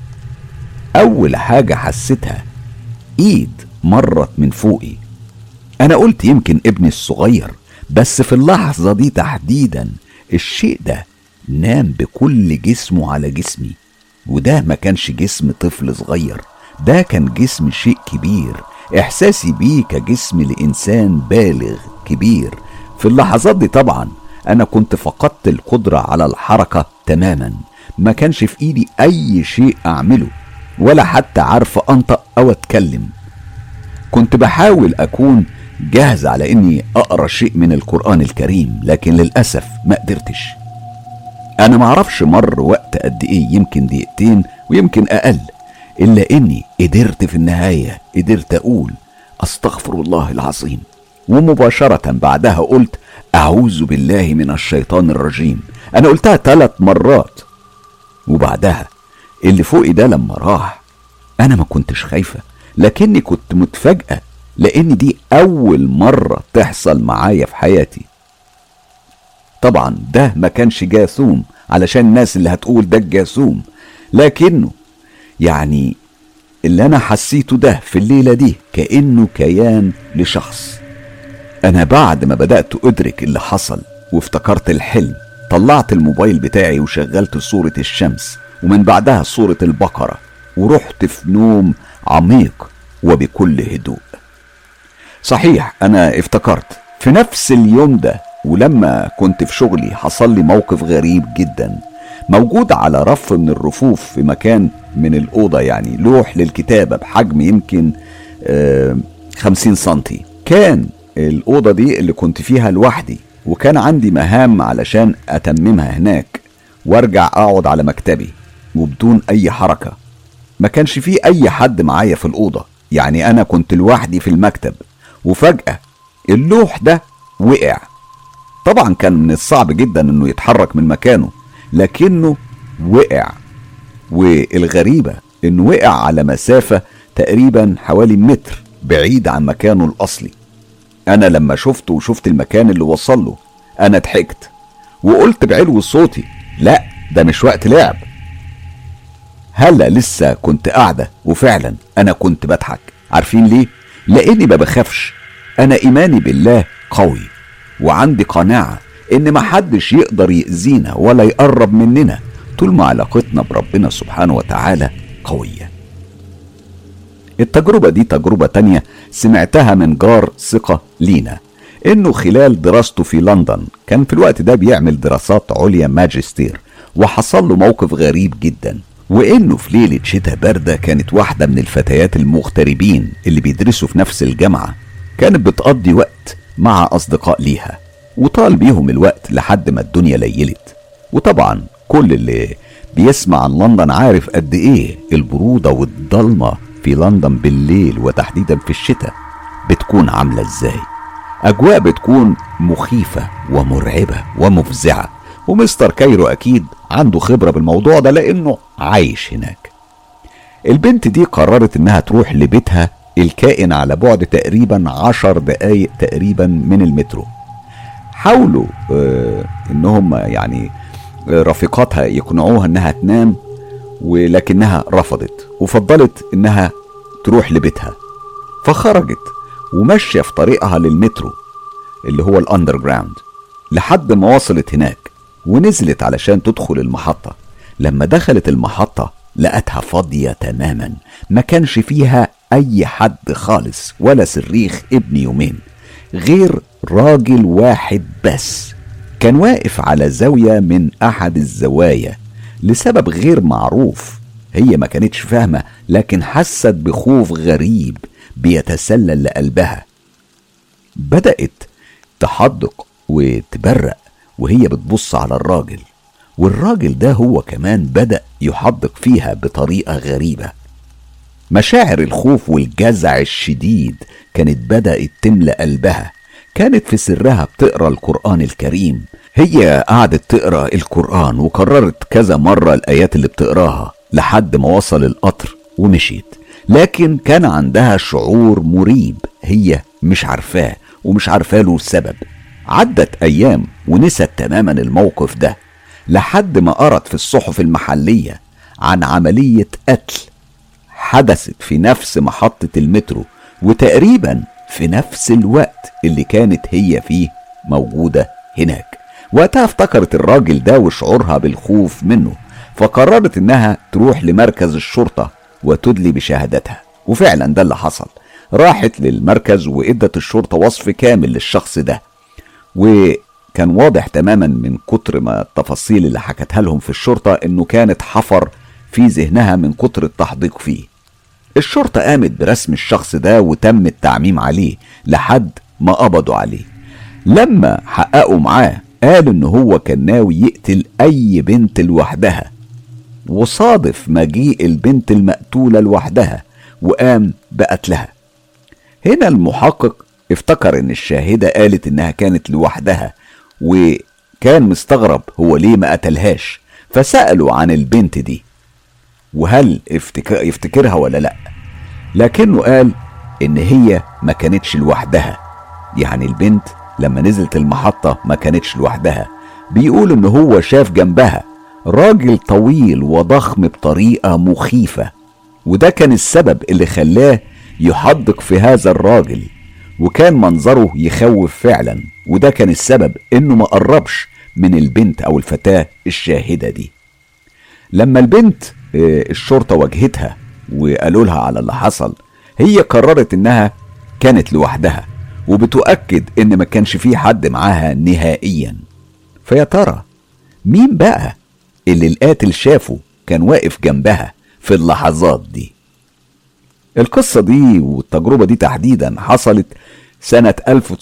أول حاجة حسيتها إيد مرت من فوقي. أنا قلت يمكن ابني الصغير، بس في اللحظة دي تحديدا الشيء ده نام بكل جسمه على جسمي، وده ما كانش جسم طفل صغير، ده كان جسم شيء كبير، إحساسي بيه كجسم لإنسان بالغ كبير. في اللحظات دي طبعا أنا كنت فقدت القدرة على الحركة تماما، ما كانش في إيدي أي شيء أعمله ولا حتى عارف أنطق أو أتكلم. كنت بحاول أكون جاهز على إني أقرأ شيء من القرآن الكريم، لكن للأسف ما قدرتش. أنا معرفش مر وقت قد إيه، يمكن دقيقتين ويمكن أقل، إلا إني قدرت في النهاية، قدرت أقول أستغفر الله العظيم، ومباشرة بعدها قلت أعوذ بالله من الشيطان الرجيم. أنا قلتها 3 مرات. وبعدها اللي فوقي ده لما راح أنا ما كنتش خايفة، لكني كنت متفاجئة لأن دي أول مرة تحصل معايا في حياتي. طبعا ده ما كانش جاثوم علشان الناس اللي هتقول ده الجاثوم، لكنه يعني اللي انا حسيته ده في الليلة دي كأنه كيان لشخص. انا بعد ما بدأت ادرك اللي حصل وافتكرت الحلم، طلعت الموبايل بتاعي وشغلت صورة الشمس ومن بعدها صورة البقرة، ورحت في نوم عميق وبكل هدوء. صحيح انا افتكرت في نفس اليوم ده ولما كنت في شغلي حصل لي موقف غريب جدا. موجود على رف من الرفوف في مكان من الأوضة يعني لوح للكتابة بحجم يمكن 50 سنتي. كان الأوضة دي اللي كنت فيها لوحدي، وكان عندي مهام علشان أتممها هناك وارجع أقعد على مكتبي وبدون أي حركة. ما كانش فيه أي حد معايا في الأوضة، يعني أنا كنت لوحدي في المكتب. وفجأة اللوح ده وقع. طبعا كان من الصعب جدا انه يتحرك من مكانه، لكنه وقع. والغريبة انه وقع على مسافة تقريبا حوالي متر بعيد عن مكانه الاصلي. انا لما شفته وشفت المكان اللي وصل له انا ضحكت وقلت بعلو صوتي: لا ده مش وقت لعب. هلا لسه كنت قاعدة وفعلا انا كنت بضحك. عارفين ليه؟ لاني ما بخافش. انا ايماني بالله قوي، وعندي قناعة ان محدش يقدر يأذينا ولا يقرب مننا طول ما علاقتنا بربنا سبحانه وتعالى قوية. التجربة دي تجربة تانية سمعتها من جار ثقة لينا، انه خلال دراسته في لندن كان في الوقت ده بيعمل دراسات عليا ماجستير، وحصل له موقف غريب جدا، وانه في ليلة شتاء باردة كانت واحدة من الفتيات المغتربين اللي بيدرسوا في نفس الجامعة كانت بتقضي وقت مع اصدقاء ليها، وطال بيهم الوقت لحد ما الدنيا ليلت. وطبعا كل اللي بيسمع عن لندن عارف قد ايه البرودة والضلمة في لندن بالليل وتحديدا في الشتاء بتكون عاملة ازاي. اجواء بتكون مخيفة ومرعبة ومفزعة، ومستر كايرو اكيد عنده خبرة بالموضوع ده لانه عايش هناك. البنت دي قررت انها تروح لبيتها الكائن على بعد تقريبا 10 دقايق تقريبا من المترو. حاولوا انهم يعني رفيقاتها يقنعوها انها تنام، ولكنها رفضت وفضلت انها تروح لبيتها. فخرجت ومشي في طريقها للمترو اللي هو الاندرجراوند لحد ما وصلت هناك ونزلت علشان تدخل المحطة. لما دخلت المحطة لقتها فاضية تماما، ما كانش فيها اي حد خالص ولا صريخ ابن يومين، غير راجل واحد بس كان واقف على زاوية من احد الزوايا لسبب غير معروف. هي ما كانتش فاهمة، لكن حست بخوف غريب بيتسلل لقلبها. بدأت تحدق وتبرق وهي بتبص على الراجل، والراجل ده هو كمان بدأ يحدق فيها بطريقة غريبة. مشاعر الخوف والجزع الشديد كانت بدأت تملأ قلبها. كانت في سرها بتقرأ القرآن الكريم. هي قعدت تقرأ القرآن وكررت كذا مرة الآيات اللي بتقراها لحد ما وصل القطر ومشيت. لكن كان عندها شعور مريب هي مش عارفاه ومش عارفاه له السبب. عدت أيام ونست تماما الموقف ده لحد ما قرأت في الصحف المحلية عن عملية قتل حدثت في نفس محطة المترو، وتقريبا في نفس الوقت اللي كانت هي فيه موجودة هناك. وقتها افتكرت الراجل ده وشعورها بالخوف منه، فقررت انها تروح لمركز الشرطة وتدلي بشهادتها. وفعلا ده اللي حصل. راحت للمركز وادت الشرطة وصف كامل للشخص ده، وكان واضح تماما من كتر ما التفاصيل اللي حكتها لهم في الشرطة انه كانت حفر في ذهنها من كتر التحديق فيه. الشرطة قامت برسم الشخص ده وتم التعميم عليه لحد ما قبضوا عليه. لما حققوا معاه قال ان هو كان ناوي يقتل اي بنت لوحدها، وصادف مجيء البنت المقتولة لوحدها وقام بقتلها. هنا المحقق افتكر ان الشاهدة قالت انها كانت لوحدها، وكان مستغرب هو ليه ما قتلهاش، فسألوا عن البنت دي وهل يفتكرها ولا لا، لكنه قال ان هي ما كانتش لوحدها. يعني البنت لما نزلت المحطة ما كانتش لوحدها. بيقول ان هو شاف جنبها راجل طويل وضخم بطريقة مخيفة، وده كان السبب اللي خلاه يحدق في هذا الراجل، وكان منظره يخوف فعلا، وده كان السبب انه ما قربش من البنت او الفتاة الشاهدة دي. لما البنت الشرطة واجهتها وقالوا لها على اللي حصل، هي قررت انها كانت لوحدها وبتؤكد ان ما كانش فيه حد معاها نهائيا. فيا ترى مين بقى اللي القاتل شافه كان واقف جنبها في اللحظات دي؟ القصة دي والتجربة دي تحديدا حصلت سنة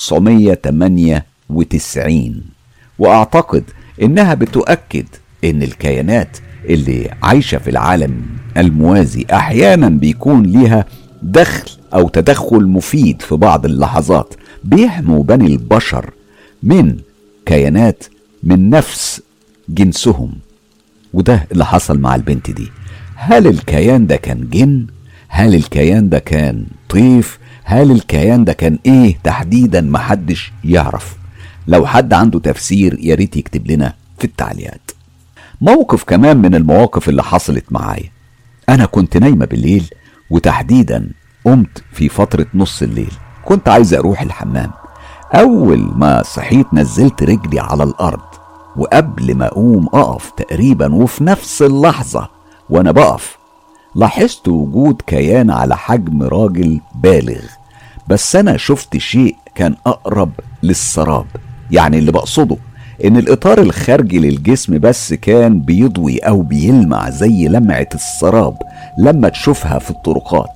1998، واعتقد انها بتؤكد ان الكيانات اللي عايشة في العالم الموازي احيانا بيكون ليها دخل او تدخل مفيد في بعض اللحظات، بيحموا بني البشر من كيانات من نفس جنسهم. وده اللي حصل مع البنت دي. هل الكيان ده كان جن؟ هل الكيان ده كان طيف؟ هل الكيان ده كان ايه تحديدا؟ محدش يعرف. لو حد عنده تفسير ياريت يكتب لنا في التعليقات. موقف كمان من المواقف اللي حصلت معايا، انا كنت نايمة بالليل، وتحديدا قمت في فترة نص الليل، كنت عايز اروح الحمام. اول ما صحيت نزلت رجلي على الارض، وقبل ما اقوم اقف تقريبا وفي نفس اللحظة وانا بقف لاحظت وجود كيان على حجم راجل بالغ، بس انا شفت شيء كان اقرب للسراب. يعني اللي بقصده ان الاطار الخارجي للجسم بس كان بيضوي او بيلمع زي لمعة السراب لما تشوفها في الطرقات.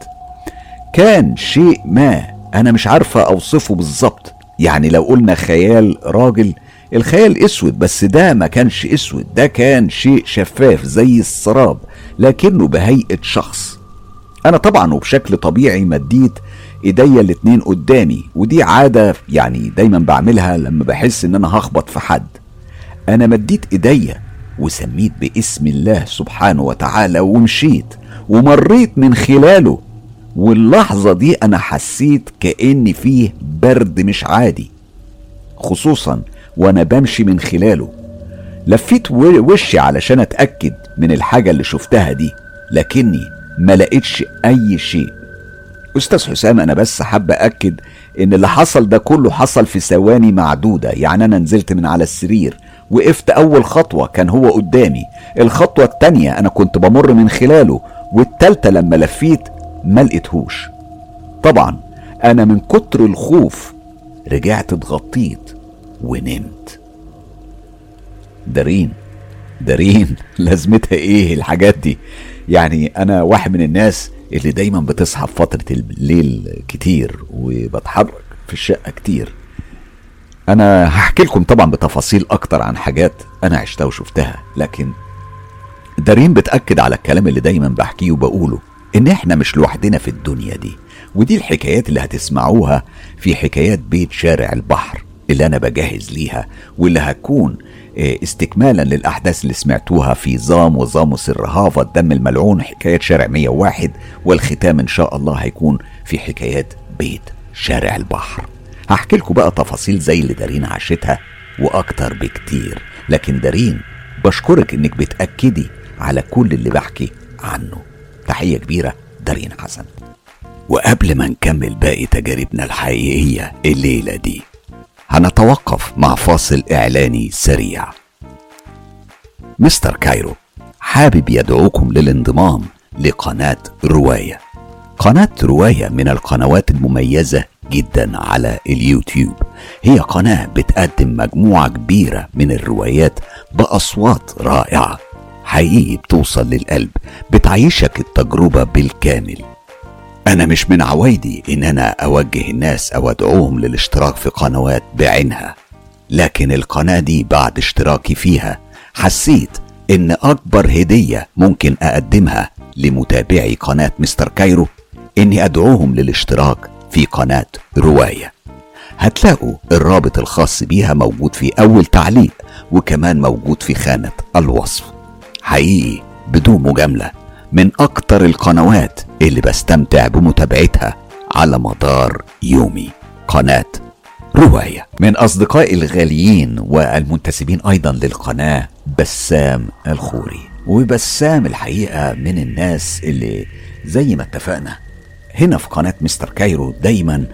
كان شيء ما انا مش عارفة اوصفه بالظبط. يعني لو قلنا خيال راجل، الخيال اسود، بس ده ما كانش اسود، ده كان شيء شفاف زي السراب لكنه بهيئة شخص. انا طبعا وبشكل طبيعي مديت ايديا الاتنين قدامي، ودي عادة يعني دايما بعملها لما بحس ان انا هخبط في حد. انا مديت ايديا وسميت باسم الله سبحانه وتعالى ومشيت ومريت من خلاله، واللحظة دي انا حسيت كأن فيه برد مش عادي، خصوصا وانا بمشي من خلاله. لفيت وشي علشان اتأكد من الحاجة اللي شفتها دي، لكني ما لقيتش اي شيء. استاذ حسام، انا بس حابة اكد ان اللي حصل ده كله حصل في ثواني معدودة. يعني انا نزلت من على السرير، وقفت اول خطوة كان هو قدامي، الخطوة التانية انا كنت بمر من خلاله، والتالتة لما لفيت ما لقيتهوش. طبعا انا من كتر الخوف رجعت اتغطيت ونمت. دارين لازمتها ايه الحاجات دي؟ يعني انا واحد من الناس اللي دايما بتصحى في فترة الليل كتير وبتحرك في الشقة كتير. انا هحكي لكم طبعا بتفاصيل اكتر عن حاجات انا عشتها وشفتها، لكن دارين بتأكد على الكلام اللي دايما بحكيه وبقوله، ان احنا مش لوحدنا في الدنيا دي. ودي الحكايات اللي هتسمعوها في حكايات بيت شارع البحر اللي انا بجهز ليها، واللي هتكون استكمالا للاحداث اللي سمعتوها في ظام وظام سر هافا الدم الملعون، حكايات شارع 101، والختام ان شاء الله هيكون في حكايات بيت شارع البحر. هحكي لكم بقى تفاصيل زي اللي دارين عاشتها واكتر بكتير. لكن دارين، بشكرك انك بتأكدي على كل اللي بحكي عنه. تحية كبيرة دارين حسن. وقبل ما نكمل باقي تجاربنا الحقيقية الليلة دي، هنتوقف مع فاصل إعلاني سريع. مستر كايرو حابب يدعوكم للانضمام لقناة رواية. قناة رواية من القنوات المميزة جدا على اليوتيوب. هي قناة بتقدم مجموعة كبيرة من الروايات بأصوات رائعة، حقيقي بتوصل للقلب، بتعيشك التجربة بالكامل. أنا مش من عوايدي إن أنا أوجه الناس أو أدعوهم للاشتراك في قنوات بعينها، لكن القناة دي بعد اشتراكي فيها حسيت إن أكبر هدية ممكن أقدمها لمتابعي قناة مستر كايرو إني أدعوهم للاشتراك في قناة رواية. هتلاقوا الرابط الخاص بيها موجود في أول تعليق، وكمان موجود في خانة الوصف. حقيقي بدون مجاملة من أكتر القنوات اللي بستمتع بمتابعتها على مدار يومي قناة رواية من أصدقائي الغاليين والمنتسبين أيضا للقناة، بسام الخوري. وبسام الحقيقة من الناس اللي زي ما اتفقنا هنا في قناة مستر كايرو دايما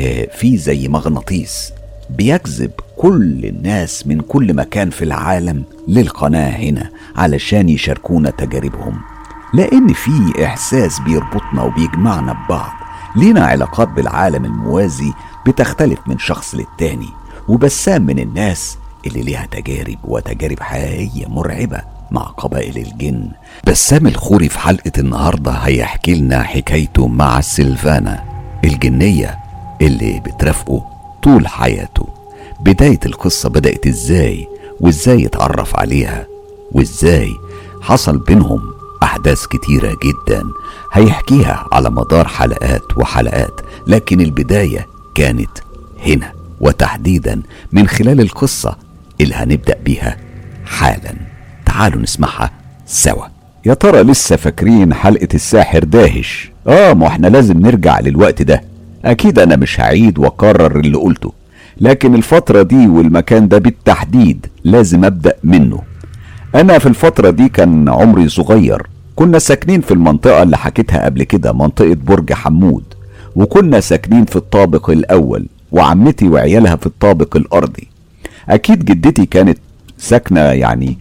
في زي مغناطيس بيجذب كل الناس من كل مكان في العالم للقناة هنا علشان يشاركونا تجاربهم، لأن في إحساس بيربطنا وبيجمعنا ببعض. لينا علاقات بالعالم الموازي بتختلف من شخص للتاني، وبسام من الناس اللي ليها تجارب وتجارب حقيقية مرعبة مع قبائل الجن. بسام الخوري في حلقة النهاردة هيحكي لنا حكايته مع سيلفانا الجنية اللي بترافقه طول حياته. بداية القصة بدأت ازاي، وازاي اتعرف عليها، وازاي حصل بينهم أحداث كتيرة جدا هيحكيها على مدار حلقات وحلقات، لكن البداية كانت هنا، وتحديدا من خلال القصة اللي هنبدأ بيها حالا. تعالوا نسمعها سوا. يا ترى لسه فاكرين حلقة الساحر داهش؟ ما احنا لازم نرجع للوقت ده. اكيد انا مش هعيد واكرر اللي قلته، لكن الفترة دي والمكان ده بالتحديد لازم ابدأ منه. انا في الفترة دي كان عمري صغير، كنا ساكنين في المنطقة اللي حكيتها قبل كده، منطقة برج حمود، وكنا ساكنين في الطابق الاول، وعمتي وعيالها في الطابق الارضي. اكيد جدتي كانت ساكنة يعني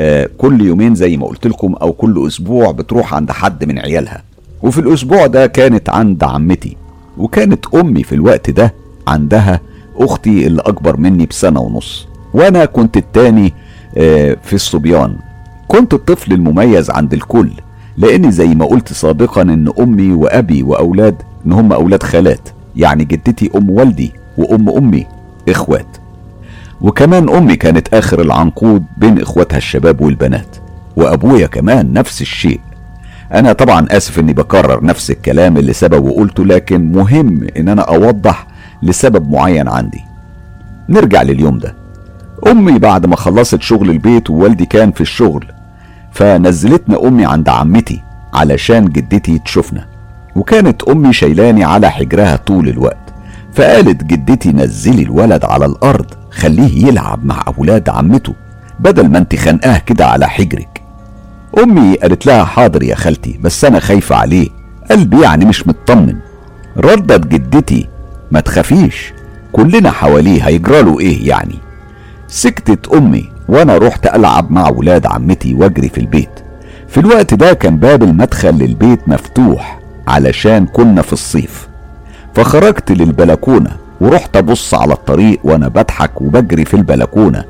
كل يومين زي ما قلت لكم، او كل اسبوع بتروح عند حد من عيالها، وفي الاسبوع ده كانت عند عمتي. وكانت امي في الوقت ده عندها اختي اللي اكبر مني بسنة ونص، وانا كنت التاني في الصبيان. كنت الطفل المميز عند الكل، لاني زي ما قلت سابقا ان امي وابي واولاد ان هم اولاد خالات، يعني جدتي ام والدي وام امي اخوات، وكمان امي كانت اخر العنقود بين اخواتها الشباب والبنات، وابويا كمان نفس الشيء. انا طبعا اسف اني بكرر نفس الكلام اللي سبق وقلته، لكن مهم ان انا اوضح لسبب معين عندي. نرجع لليوم ده. امي بعد ما خلصت شغل البيت ووالدي كان في الشغل، فنزلتنا امي عند عمتي علشان جدتي تشوفنا، وكانت امي شايلاني على حجرها طول الوقت. فقالت جدتي نزلي الولد على الارض، خليه يلعب مع اولاد عمته بدل ما انت خانقاه كده على حجرك. امي قالت لها حاضر يا خالتي، بس انا خايفة عليه، قلبي يعني مش مطمن. ردت جدتي ما تخافيش، كلنا حواليه، هيجراله ايه يعني. سكتت امي، وانا رحت العب مع ولاد عمتي واجري في البيت. في الوقت ده كان باب المدخل للبيت مفتوح علشان كنا في الصيف، فخرجت للبلكونة ورحت ابص على الطريق وانا بضحك وبجري في البلكونة،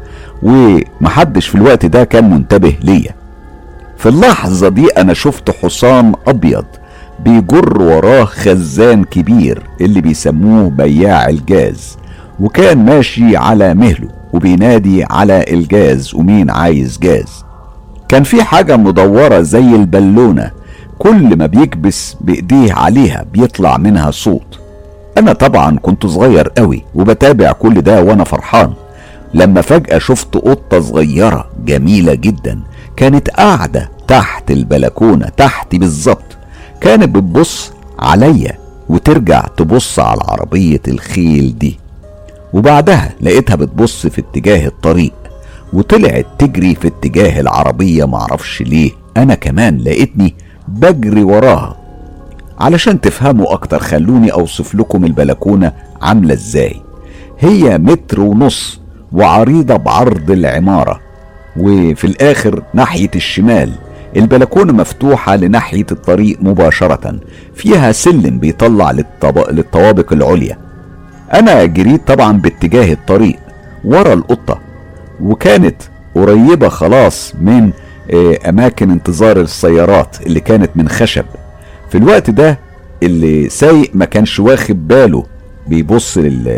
ومحدش في الوقت ده كان منتبه ليا. في اللحظة دي انا شفت حصان ابيض بيجر وراه خزان كبير اللي بيسموه بياع الجاز، وكان ماشي على مهله وبينادي على الجاز ومين عايز جاز. كان في حاجة مدورة زي البالونة، كل ما بيكبس بايديه عليها بيطلع منها صوت. انا طبعا كنت صغير قوي وبتابع كل ده وانا فرحان، لما فجأة شفت قطة صغيرة جميلة جدا كانت قاعدة تحت البلكونة تحتي بالظبط، كانت بتبص عليا وترجع تبص على عربية الخيل دي، وبعدها لقيتها بتبص في اتجاه الطريق وطلعت تجري في اتجاه العربية. معرفش ليه انا كمان لقيتني بجري وراها. علشان تفهموا اكتر خلوني اوصف لكم البلكونة عاملة ازاي. هي 1.5 متر وعريضة بعرض العمارة، وفي الاخر ناحية الشمال البلكونة مفتوحة لناحية الطريق مباشرة، فيها سلم بيطلع للطوابق العليا. انا جريت طبعا باتجاه الطريق ورا القطة، وكانت قريبة خلاص من اماكن انتظار السيارات اللي كانت من خشب. في الوقت ده اللي سايق ما كانش واخد باله، بيبص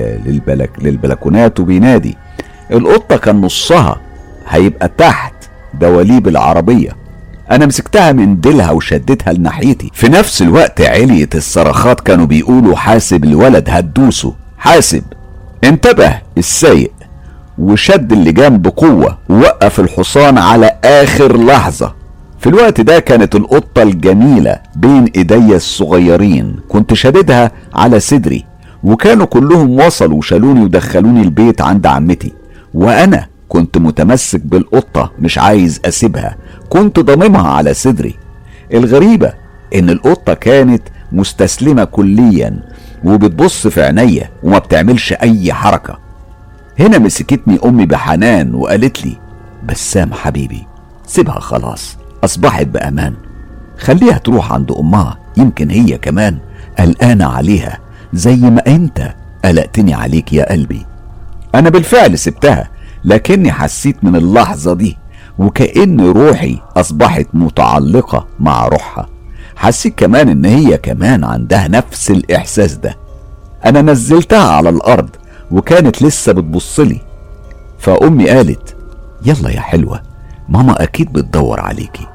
للبلكونات وبينادي. القطة كان نصها هيبقى تحت دواليب العربية. انا مسكتها من ديلها وشدتها لناحيتي. في نفس الوقت علية الصرخات كانوا بيقولوا حاسب الولد هتدوسه، حاسب. انتبه السايق وشد اللجام بقوة ووقف الحصان على اخر لحظة. في الوقت ده كانت القطة الجميلة بين ايديا الصغيرين، كنت شددها على صدري وكانوا كلهم وصلوا وشالوني ودخلوني البيت عند عمتي، وانا كنت متمسك بالقطة مش عايز اسيبها، كنت ضاممها على صدري. الغريبة ان القطة كانت مستسلمة كليا وبتبص في عينيا وما بتعملش اي حركة. هنا مسكتني امي بحنان وقالت لي: بسام حبيبي سيبها خلاص، اصبحت بامان، خليها تروح عند امها، يمكن هي كمان قلقانة عليها زي ما انت قلقتني عليك يا قلبي. انا بالفعل سبتها، لكني حسيت من اللحظة دي وكأن روحي اصبحت متعلقة مع روحها. حسيت كمان ان هي كمان عندها نفس الاحساس ده. انا نزلتها على الارض وكانت لسه بتبصلي، فامي قالت: يلا يا حلوة، ماما اكيد بتدور عليكي.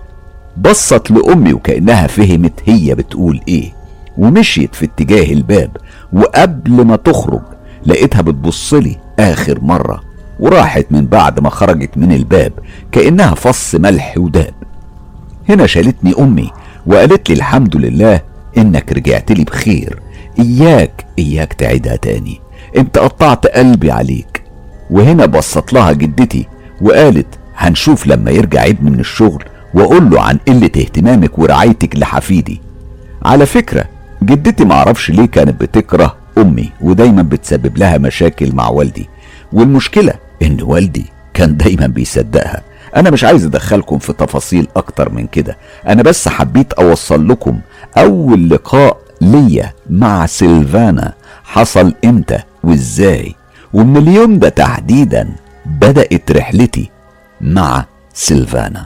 بصت لامي وكأنها فهمت هي بتقول ايه، ومشيت في اتجاه الباب، وقبل ما تخرج لقيتها بتبصلي اخر مرة، وراحت من بعد ما خرجت من الباب كأنها فص ملح وداب. هنا شالتني امي وقالت لي: الحمد لله انك رجعت لي بخير، اياك تعيدها تاني، انت قطعت قلبي عليك. وهنا بصت لها جدتي وقالت: هنشوف لما يرجع ابني من الشغل واقول له عن قلة اهتمامك ورعايتك لحفيدي. على فكرة جدتي معرفش ليه كانت بتكره امي ودايما بتسبب لها مشاكل مع والدي، والمشكلة ان والدي كان دايما بيصدقها. انا مش عايز ادخلكم في تفاصيل اكتر من كده، انا بس حبيت اوصل لكم اول لقاء ليا مع سيلفانا حصل امتى وازاي، ومن اليوم ده تحديدا بدأت رحلتي مع سيلفانا.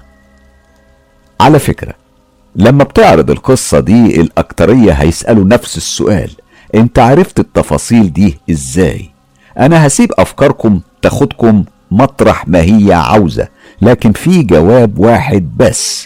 على فكرة لما بتعرض القصة دي الأكترية هيسألوا نفس السؤال: انت عرفت التفاصيل دي ازاي؟ انا هسيب افكاركم تاخدكم مطرح ما هي عاوزة، لكن في جواب واحد بس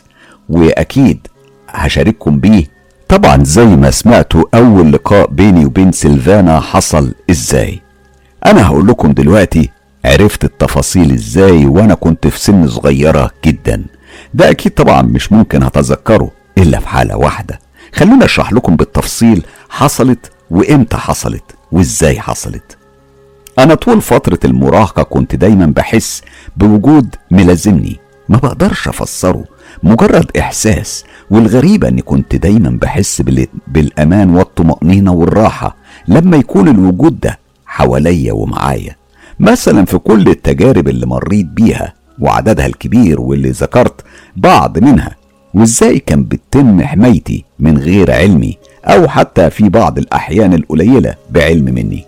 واكيد هشارككم بيه. طبعا زي ما سمعتوا اول لقاء بيني وبين سيلفانا حصل ازاي. انا هقول لكم دلوقتي عرفت التفاصيل ازاي وانا كنت في سن صغيرة جدا. ده اكيد طبعا مش ممكن هتذكره الا في حالة واحدة. خلونا اشرح لكم بالتفصيل حصلت وامتى حصلت وازاي حصلت. انا طول فترة المراهقة كنت دايما بحس بوجود ملازمني، ما بقدرش افسره، مجرد احساس. والغريبة اني كنت دايما بحس بالامان والطمأنينة والراحة لما يكون الوجود ده حواليا ومعايا. مثلا في كل التجارب اللي مريت بيها وعددها الكبير واللي ذكرت بعض منها، وازاي كان بتتم حمايتي من غير علمي او حتى في بعض الاحيان القليلة بعلم مني.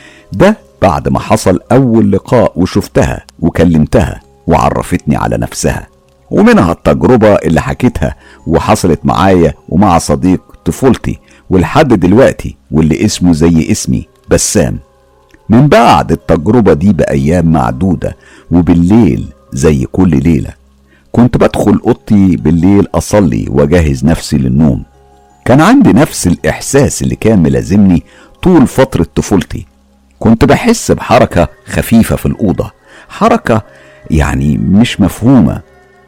ده بعد ما حصل اول لقاء وشفتها وكلمتها وعرفتني على نفسها، ومنها التجربة اللي حكيتها وحصلت معايا ومع صديق طفولتي ولحد دلوقتي واللي اسمه زي اسمي بسام. من بعد التجربة دي بأيام معدودة وبالليل زي كل ليلة كنت بدخل أوضتي بالليل أصلي وأجهز نفسي للنوم. كان عندي نفس الإحساس اللي كان ملازمني طول فترة طفولتي. كنت بحس بحركة خفيفة في الأوضة، حركة يعني مش مفهومة.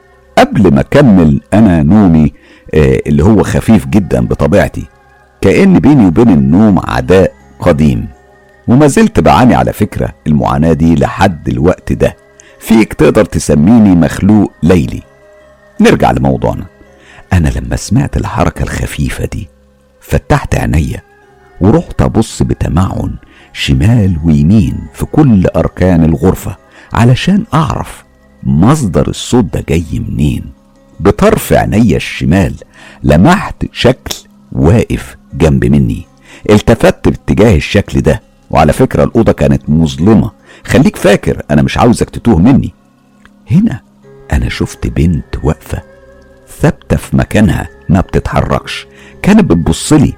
قبل ما أكمل أنا نومي اللي هو خفيف جدا بطبيعتي، كأن بيني وبين النوم عداء قديم، وما زلت بعاني على فكرة المعاناة دي لحد الوقت ده. فيك تقدر تسميني مخلوق ليلي. نرجع لموضوعنا. أنا لما سمعت الحركة الخفيفة دي فتحت عينيا ورحت أبص بتمعن شمال ويمين في كل أركان الغرفة علشان أعرف مصدر الصوت ده جاي منين. بطرف عينيا الشمال لمحت شكل واقف جنب مني. التفت باتجاه الشكل ده، وعلى فكرة الأوضة كانت مظلمة، خليك فاكر أنا مش عاوزك تتوه مني. هنا أنا شفت بنت واقفة ثابتة في مكانها ما بتتحركش، كانت بتبصلي.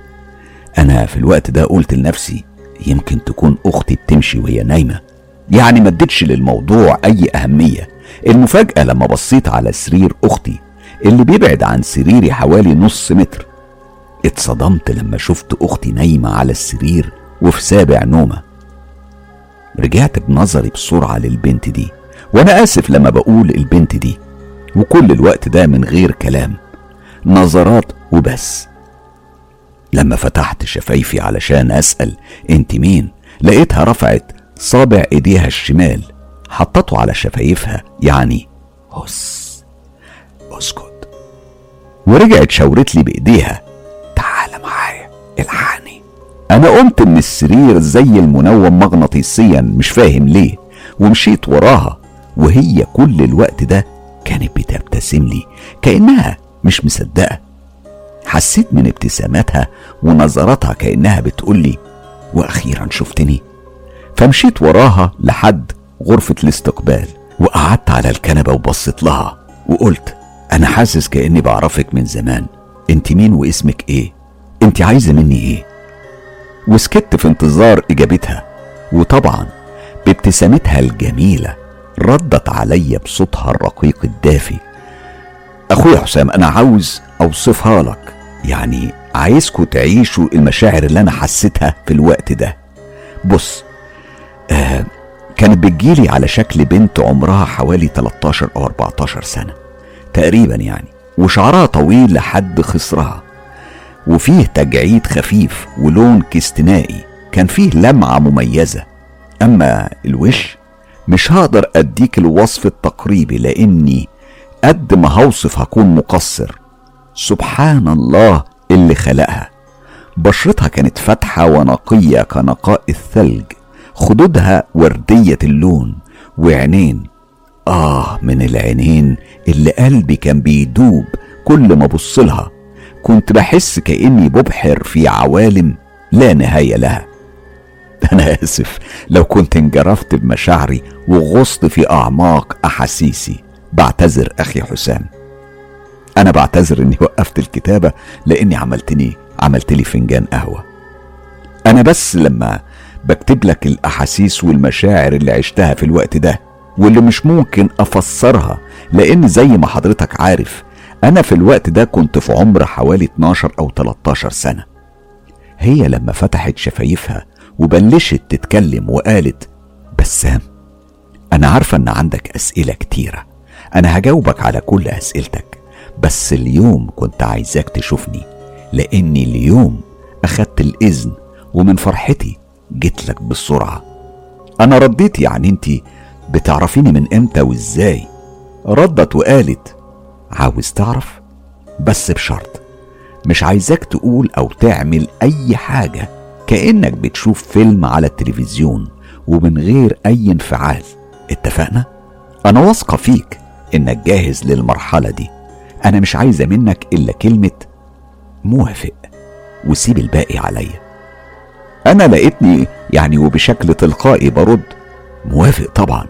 أنا في الوقت ده قلت لنفسي يمكن تكون أختي بتمشي وهي نايمة، يعني ما اديتش للموضوع أي أهمية. المفاجأة لما بصيت على سرير أختي اللي بيبعد عن سريري حوالي نص متر، اتصدمت لما شفت أختي نايمة على السرير وفي سابع نومة. رجعت بنظري بسرعة للبنت دي، وأنا آسف لما بقول البنت دي، وكل الوقت ده من غير كلام، نظرات وبس. لما فتحت شفايفي علشان أسأل انت مين، لقيتها رفعت صابع ايديها الشمال حطته على شفايفها، يعني اسكت، ورجعت شاورت لي بايديها تعال معايا الحقني. انا قمت من السرير زي المنوم مغناطيسيا مش فاهم ليه، ومشيت وراها، وهي كل الوقت ده كانت بتبتسم لي كأنها مش مصدقة. حسيت من ابتساماتها ونظراتها كأنها بتقولي وأخيرا شفتني. فمشيت وراها لحد غرفة الاستقبال، وقعدت على الكنبة وبصيت لها وقلت أنا حاسس كأني بعرفك من زمان، انت مين واسمك ايه؟ انت عايزة مني ايه؟ وسكت في انتظار إجابتها، وطبعا بابتسامتها الجميلة ردت علي بصوتها الرقيق الدافي. أخويا حسام، أنا عاوز أوصفها لك، يعني عايزكوا تعيشوا المشاعر اللي أنا حسيتها في الوقت ده. بص، كانت بتجيلي على شكل بنت عمرها حوالي 13 أو 14 سنة تقريبا يعني، وشعرها طويل لحد خصرها، وفيه تجعيد خفيف ولون كستنائي، كان فيه لمعة مميزة. أما الوش مش هقدر أديك الوصف التقريبي، لأني قد ما هوصف هكون مقصر. سبحان الله اللي خلقها. بشرتها كانت فاتحة ونقية كنقاء الثلج، خدودها وردية اللون، وعينين من العينين اللي قلبي كان بيدوب كل ما بصلها. كنت بحس كأني ببحر في عوالم لا نهاية لها. أنا آسف لو كنت انجرفت بمشاعري وغصت في أعماق أحاسيسي، بعتذر أخي حسام. أنا بعتذر إني وقفت الكتابة لأني عملت لي فنجان قهوة. أنا بس لما بكتب لك الأحاسيس والمشاعر اللي عشتها في الوقت ده، واللي مش ممكن أفسرها، لأن زي ما حضرتك عارف أنا في الوقت ده كنت في عمر حوالي 12 أو 13 سنة. هي لما فتحت شفايفها وبلشت تتكلم وقالت بسام، أنا عارفة إن عندك أسئلة كتيرة، أنا هجاوبك على كل أسئلتك، بس اليوم كنت عايزاك تشوفني، لأني اليوم أخدت الإذن ومن فرحتي جيت لك بالسرعة. أنا رديت يعني أنت بتعرفيني من إمتى وإزاي؟ ردت وقالت عاوز تعرف، بس بشرط مش عايزاك تقول أو تعمل أي حاجة كأنك بتشوف فيلم على التلفزيون ومن غير أي انفعال، اتفقنا؟ أنا واثقة فيك إنك جاهز للمرحلة دي. أنا مش عايزة منك إلا كلمة موافق، وسيب الباقي عليا. أنا لقيتني يعني وبشكل تلقائي برد موافق طبعا.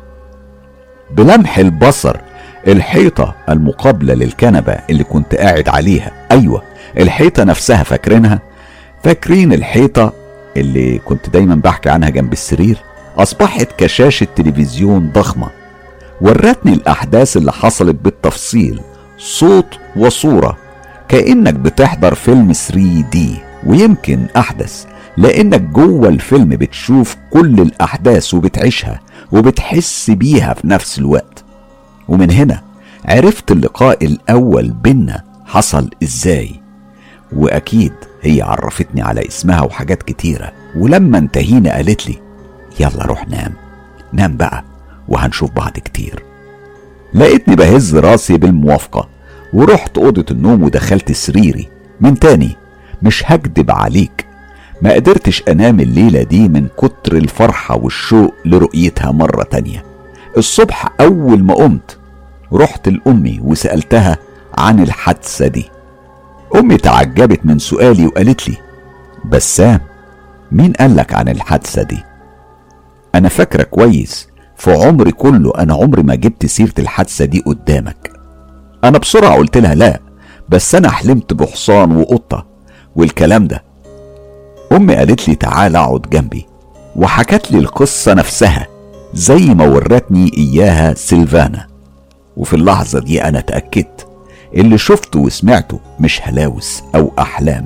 بلمح البصر الحيطة المقابلة للكنبة اللي كنت قاعد عليها، أيوة الحيطة نفسها، فاكرين الحيطة اللي كنت دايما بحكي عنها جنب السرير؟ أصبحت كشاشة تلفزيون ضخمة ورتني الأحداث اللي حصلت بالتفصيل، صوت وصورة، كأنك بتحضر فيلم 3D، ويمكن أحدث لأنك جوه الفيلم بتشوف كل الأحداث وبتعيشها وبتحس بيها في نفس الوقت. ومن هنا عرفت اللقاء الأول بينا حصل إزاي، وأكيد هي عرفتني على اسمها وحاجات كتيرة. ولما انتهينا قالت لي يلا روح نام بقى وهنشوف بعض كتير. لقيتني بهز راسي بالموافقة، ورحت أوضة النوم ودخلت سريري من تاني. مش هكدب عليك، ما قدرتش أنام الليلة دي من كتر الفرحة والشوق لرؤيتها مرة تانية. الصبح أول ما قمت رحت لأمي وسألتها عن الحادثة دي. أمي تعجبت من سؤالي وقالت لي بسام، مين قالك عن الحادثة دي؟ أنا فاكرة كويس، في عمري كله أنا عمري ما جبت سيرة الحادثة دي قدامك. أنا بسرعة قلت لها لا، بس أنا حلمت بحصان وقطة والكلام ده. أمي قالت لي تعال اقعد جنبي، وحكت لي القصة نفسها زي ما ورتني إياها سيلفانا. وفي اللحظة دي أنا تأكدت اللي شفته وسمعته مش هلاوس أو أحلام.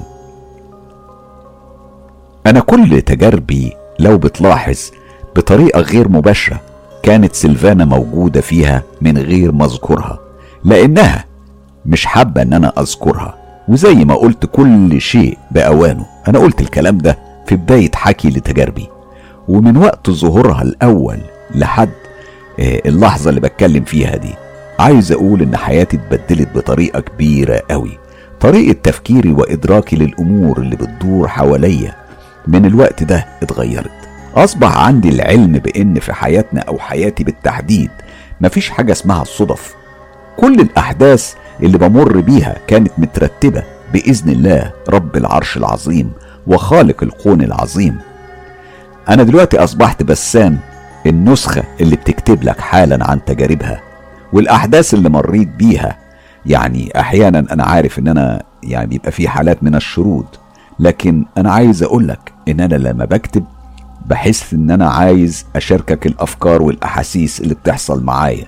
أنا كل تجاربي لو بتلاحظ بطريقة غير مباشرة كانت سيلفانا موجودة فيها من غير ما أذكرها، لأنها مش حابة أن أنا أذكرها. وزي ما قلت كل شيء بأوانه. أنا قلت الكلام ده في بداية حكي لتجاربي، ومن وقت ظهورها الأول لحد اللحظة اللي بتكلم فيها دي، عايز أقول إن حياتي اتبدلت بطريقة كبيرة قوي. طريقة تفكيري وإدراكي للأمور اللي بتدور حواليا من الوقت ده اتغيرت. أصبح عندي العلم بإن في حياتنا أو حياتي بالتحديد مفيش حاجة اسمها الصدف. كل الأحداث اللي بمر بيها كانت مترتبة بإذن الله رب العرش العظيم وخالق الكون العظيم. أنا دلوقتي أصبحت بسام، النسخة اللي بتكتب لك حالا عن تجاربها والأحداث اللي مريت بيها. يعني أحيانا أنا عارف إن أنا يعني بيبقى في حالات من الشرود، لكن أنا عايز أقولك إن أنا لما بكتب بحس إن أنا عايز أشاركك الأفكار والأحاسيس اللي بتحصل معايا.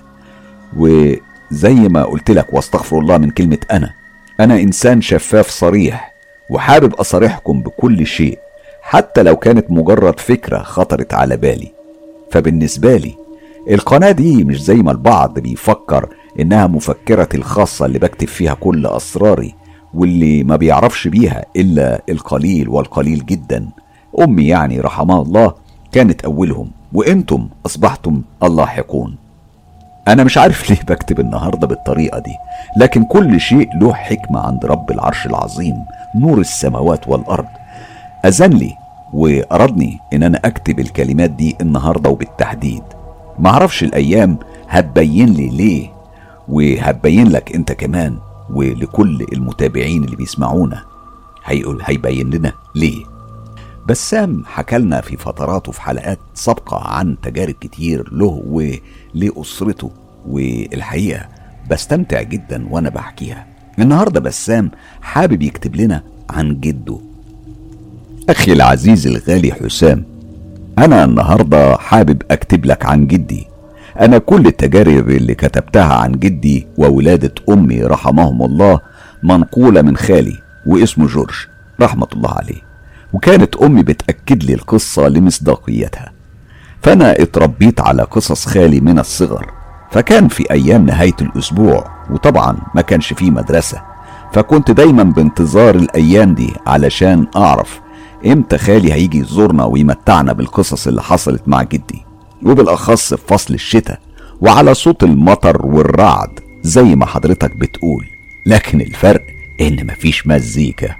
وزي ما قلت لك، واستغفر الله من كلمة أنا إنسان شفاف صريح، وحابب أصارحكم بكل شيء حتى لو كانت مجرد فكرة خطرت على بالي. فبالنسبة لي القناة دي مش زي ما البعض بيفكر إنها مفكرتي الخاصة اللي بكتب فيها كل أسراري واللي ما بيعرفش بيها إلا القليل والقليل جدا. أمي يعني رحمها الله كانت أولهم، وإنتم أصبحتم اللاحقون. أنا مش عارف ليه بكتب النهاردة بالطريقة دي، لكن كل شيء له حكمة عند رب العرش العظيم نور السماوات والأرض. أذن لي وأرادني إن أنا أكتب الكلمات دي النهاردة وبالتحديد. معرفش الأيام هتبين لي ليه، وهتبين لك أنت كمان ولكل المتابعين اللي بيسمعونا هيبين لنا ليه. بسام حكالنا في فترات وفي حلقات سابقة عن تجارب كتير له ولأسرته، والحقيقة بستمتع جدا وانا بحكيها. النهاردة بسام حابب يكتب لنا عن جده. أخي العزيز الغالي حسام، أنا النهاردة حابب أكتب لك عن جدي. أنا كل التجارب اللي كتبتها عن جدي وولادة أمي رحمهم الله منقولة من خالي واسمه جورج رحمة الله عليه، وكانت أمي بتأكد لي القصة لمصداقيتها. فأنا اتربيت على قصص خالي من الصغر. فكان في أيام نهاية الأسبوع، وطبعا ما كانش فيه مدرسة، فكنت دايما بانتظار الأيام دي علشان أعرف امتى خالي هيجي يزورنا ويمتعنا بالقصص اللي حصلت مع جدي، وبالأخص في فصل الشتاء وعلى صوت المطر والرعد زي ما حضرتك بتقول. لكن الفرق إن مفيش مزيكا.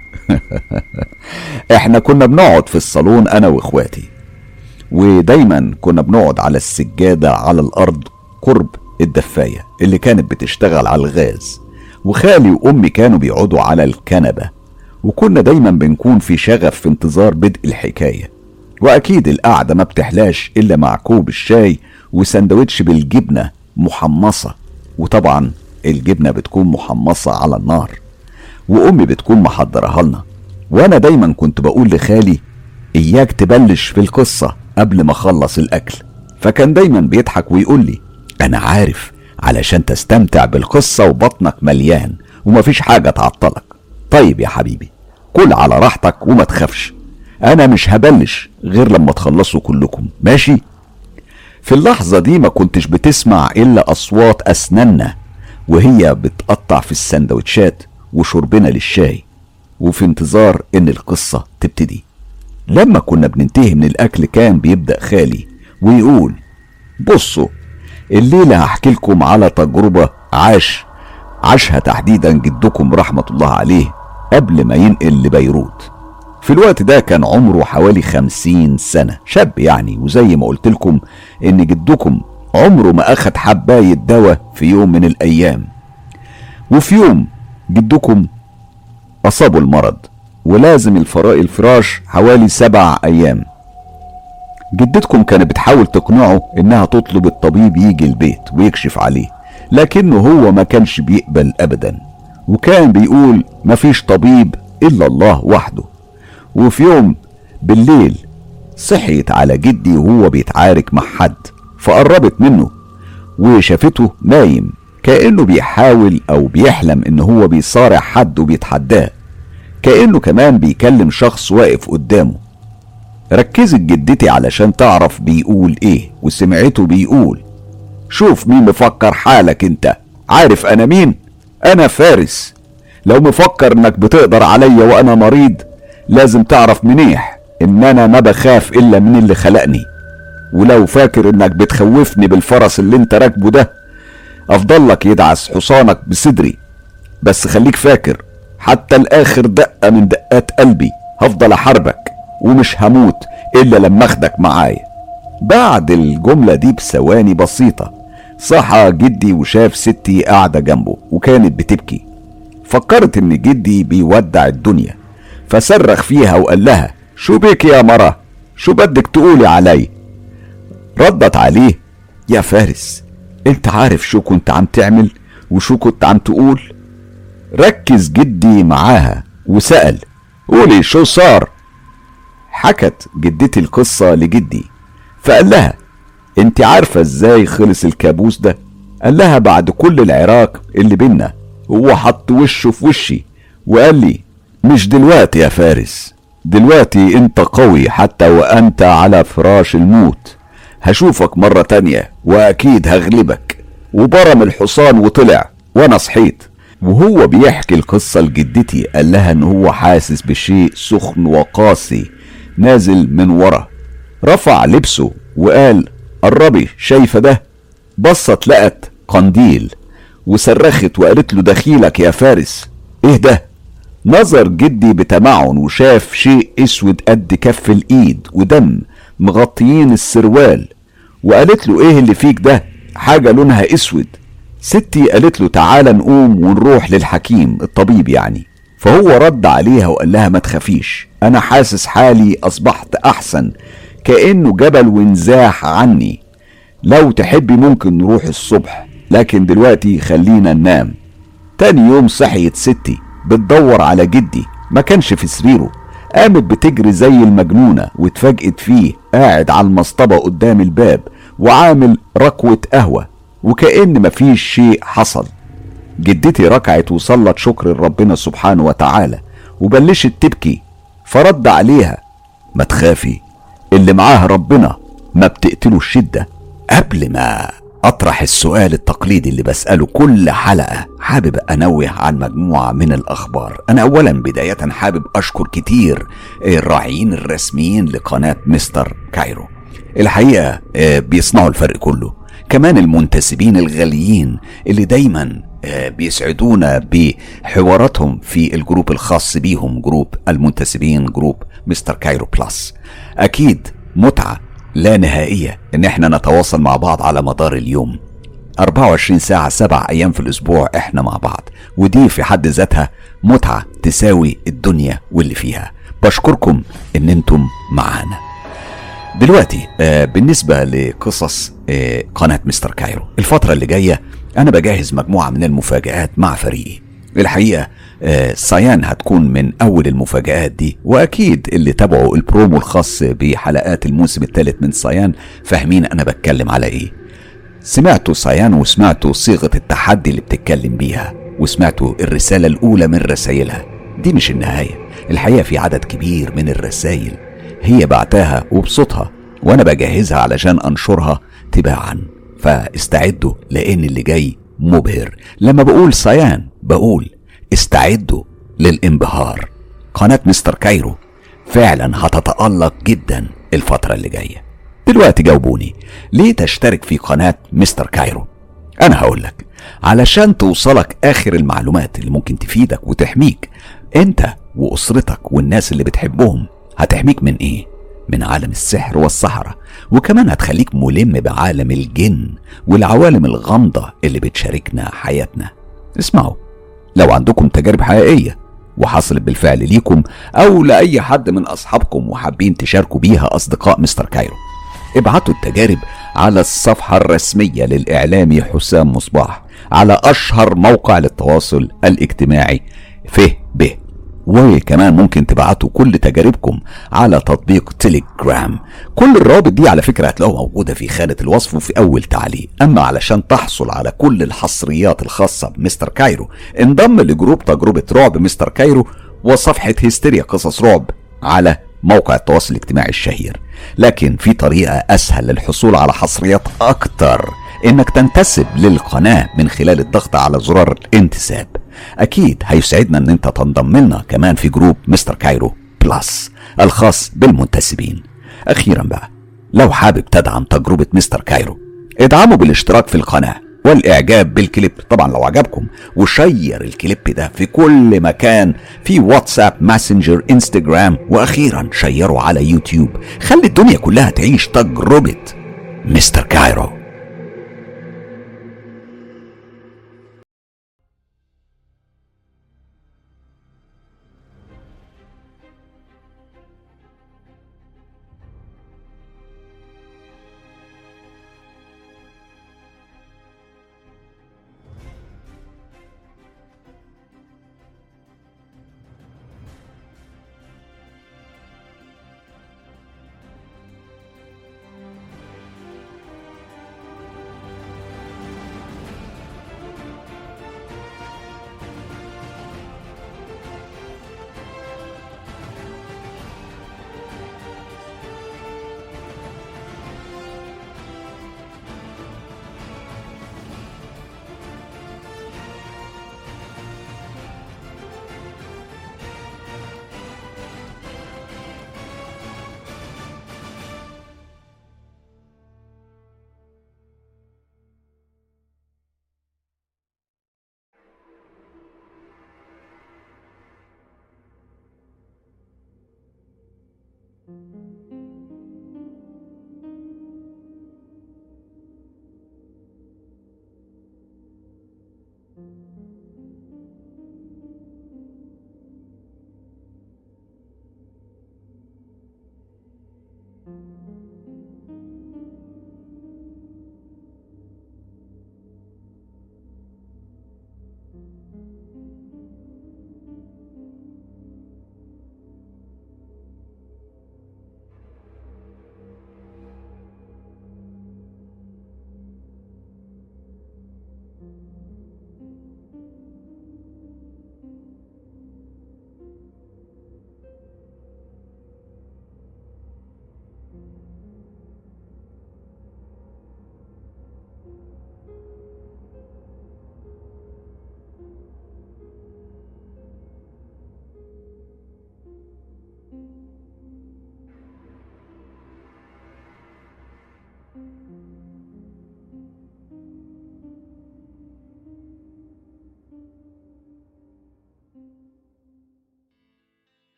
احنا كنا بنقعد في الصالون أنا وإخواتي، ودايما كنا بنقعد على السجادة على الأرض قرب الدفاية اللي كانت بتشتغل على الغاز، وخالي وأمي كانوا بيقعدوا على الكنبة، وكنا دايما بنكون في شغف في انتظار بدء الحكاية. وأكيد القعدة ما بتحلاش إلا مع كوب الشاي وسندوتش بالجبنة محمصة، وطبعا الجبنة بتكون محمصة على النار وأمي بتكون محضرها لنا. وأنا دايما كنت بقول لخالي إياك تبلش في القصة قبل ما أخلص الأكل، فكان دايما بيضحك ويقول لي أنا عارف علشان تستمتع بالقصة وبطنك مليان ومفيش حاجة تعطلك. طيب يا حبيبي كل على راحتك وما تخافش، أنا مش هبلش غير لما تخلصوا كلكم، ماشي؟ في اللحظة دي ما كنتش بتسمع إلا أصوات أسناننا وهي بتقطع في السندوتشات وشربنا للشاي، وفي انتظار إن القصة تبتدي. لما كنا بننتهي من الأكل كان بيبدأ خالي ويقول بصوا الليلة هحكي لكم على تجربة عاشها تحديدا جدكم رحمة الله عليه قبل ما ينقل لبيروت. في الوقت ده كان عمره حوالي 50 سنة، شاب يعني. وزي ما قلت لكم ان جدكم عمره ما اخد حباية دواء في يوم من الايام. وفي يوم جدكم اصابه المرض ولازم الفراش حوالي 7 ايام. جدتكم كانت بتحاول تقنعه انها تطلب الطبيب يجي البيت ويكشف عليه، لكنه هو ما كانش بيقبل ابدا، وكان بيقول مفيش طبيب الا الله وحده. وفي يوم بالليل صحيت على جدي وهو بيتعارك مع حد، فقربت منه وشافته نايم كأنه بيحاول او بيحلم ان هو بيصارع حد وبيتحداه، كأنه كمان بيكلم شخص واقف قدامه. ركزت جدتي علشان تعرف بيقول ايه، وسمعته بيقول شوف مين مفكر حالك انت، عارف انا مين؟ انا فارس، لو مفكر انك بتقدر عليا وانا مريض، لازم تعرف منيح ان انا ما بخاف الا من اللي خلقني. ولو فاكر انك بتخوفني بالفرس اللي انت راكبه ده، افضل لك يدعس حصانك بصدري. بس خليك فاكر، حتى الاخر دقة من دقات قلبي هفضل احاربك، ومش هموت الا لما اخدك معايا. بعد الجملة دي بثواني بسيطة صحى جدي وشاف ستي قاعدة جنبه وكانت بتبكي. فكرت ان جدي بيودع الدنيا، فصرخ فيها وقال لها: شو بيك يا مرة؟ شو بدك تقولي علي؟ ردت عليه: يا فارس، انت عارف شو كنت عم تعمل وشو كنت عم تقول؟ ركز جدي معاها وسأل: قولي شو صار؟ حكت جدتي القصة لجدي، فقال لها: انت عارفة ازاي خلص الكابوس ده؟ قال لها: بعد كل العراك اللي بينا هو حط وشه في وشي وقال لي: مش دلوقتي يا فارس، دلوقتي انت قوي حتى وانت على فراش الموت، هشوفك مرة تانية واكيد هغلبك. وبرم الحصان وطلع وانا صحيت. وهو بيحكي القصة لجدتي قال لها ان هو حاسس بشيء سخن وقاسي نازل من ورا. رفع لبسه وقال: قربي، شايفة ده؟ بصت لقت قنديل وصرخت وقالت له: دخيلك يا فارس. ايه ده؟ نظر جدي بتمعن وشاف شيء اسود قد كف الايد ودم مغطيين السروال، وقالت له: ايه اللي فيك ده؟ حاجة لونها اسود. ستي قالت له: تعالى نقوم ونروح للحكيم الطبيب يعني. فهو رد عليها وقال لها: ما تخافيش، انا حاسس حالي اصبحت احسن، كأنه جبل وانزاح عني. لو تحبي ممكن نروح الصبح، لكن دلوقتي خلينا ننام. تاني يوم صحيت ستي بتدور على جدي، ما كانش في سريره. قامت بتجري زي المجنونة واتفاجئت فيه قاعد على المصطبة قدام الباب وعامل ركوة قهوة وكأن مفيش شيء حصل. جدتي ركعت وصلت شكر لربنا سبحانه وتعالى وبلشت تبكي. فرد عليها: ما تخافي، اللي معاه ربنا ما بتقتله الشدة. قبل ما اطرح السؤال التقليدي اللي بسأله كل حلقة، حابب انوه عن مجموعة من الاخبار. انا اولا بداية حابب اشكر كتير الراعيين الرسميين لقناة مستر كايرو، الحقيقة بيصنعوا الفرق كله. كمان المنتسبين الغاليين اللي دايما بيسعدونا بحواراتهم في الجروب الخاص بيهم، جروب المنتسبين، جروب مستر كايرو بلس. اكيد متعة لا نهائية ان احنا نتواصل مع بعض على مدار اليوم 24 ساعة 7 ايام في الاسبوع احنا مع بعض، ودي في حد ذاتها متعة تساوي الدنيا واللي فيها. بشكركم ان انتم معانا. دلوقتي بالنسبة لقصص قناة مستر كايرو، الفترة اللي جاية انا بجهز مجموعة من المفاجآت مع فريقي. الحقيقة سايان هتكون من اول المفاجآت دي، واكيد اللي تابعوا البرومو الخاص بحلقات الموسم الثالث من سايان فاهمين انا بتكلم على ايه. سمعتوا سايان وسمعتوا صيغة التحدي اللي بتتكلم بيها، وسمعتوا الرسالة الاولى من رسائلها. دي مش النهاية، الحقيقة في عدد كبير من الرسائل هي بعتها وبصوتها، وانا بجهزها علشان انشرها تباعا. فاستعدوا لان اللي جاي مبهر. لما بقول سايان بقول استعدوا للانبهار. قناة مستر كايرو فعلا هتتألق جدا الفترة اللي جاية. دلوقتي جاوبوني، ليه تشترك في قناة مستر كايرو؟ انا هقولك، علشان توصلك اخر المعلومات اللي ممكن تفيدك وتحميك انت واسرتك والناس اللي بتحبهم. هتحميك من ايه؟ من عالم السحر والسحرة، وكمان هتخليك ملم بعالم الجن والعوالم الغامضة اللي بتشاركنا حياتنا. اسمعوا، لو عندكم تجارب حقيقية وحصلت بالفعل ليكم او لأي حد من اصحابكم وحابين تشاركوا بيها اصدقاء مستر كايرو، ابعتوا التجارب على الصفحة الرسمية للإعلامي حسام مصباح على أشهر موقع للتواصل الاجتماعي به. وكمان ممكن تبعتوا كل تجاربكم على تطبيق تيليجرام. كل الروابط دي على فكرة هتلاقوها موجودة في خانة الوصف وفي أول تعليق. أما علشان تحصل على كل الحصريات الخاصة بمستر كايرو، انضم لجروب تجربة رعب مستر كايرو وصفحة هستيريا قصص رعب على موقع التواصل الاجتماعي الشهير. لكن في طريقة أسهل للحصول على حصريات أكتر، إنك تنتسب للقناة من خلال الضغط على زرار الانتساب. اكيد هيسعدنا ان انت تنضم لنا كمان في جروب مستر كايرو بلس الخاص بالمنتسبين. اخيرا بقى، لو حابب تدعم تجربة مستر كايرو، ادعموا بالاشتراك في القناة والاعجاب بالكليب طبعا لو عجبكم، وشير الكليب ده في كل مكان، في واتساب، ماسنجر، انستجرام، واخيرا شيروا على يوتيوب. خلي الدنيا كلها تعيش تجربة مستر كايرو.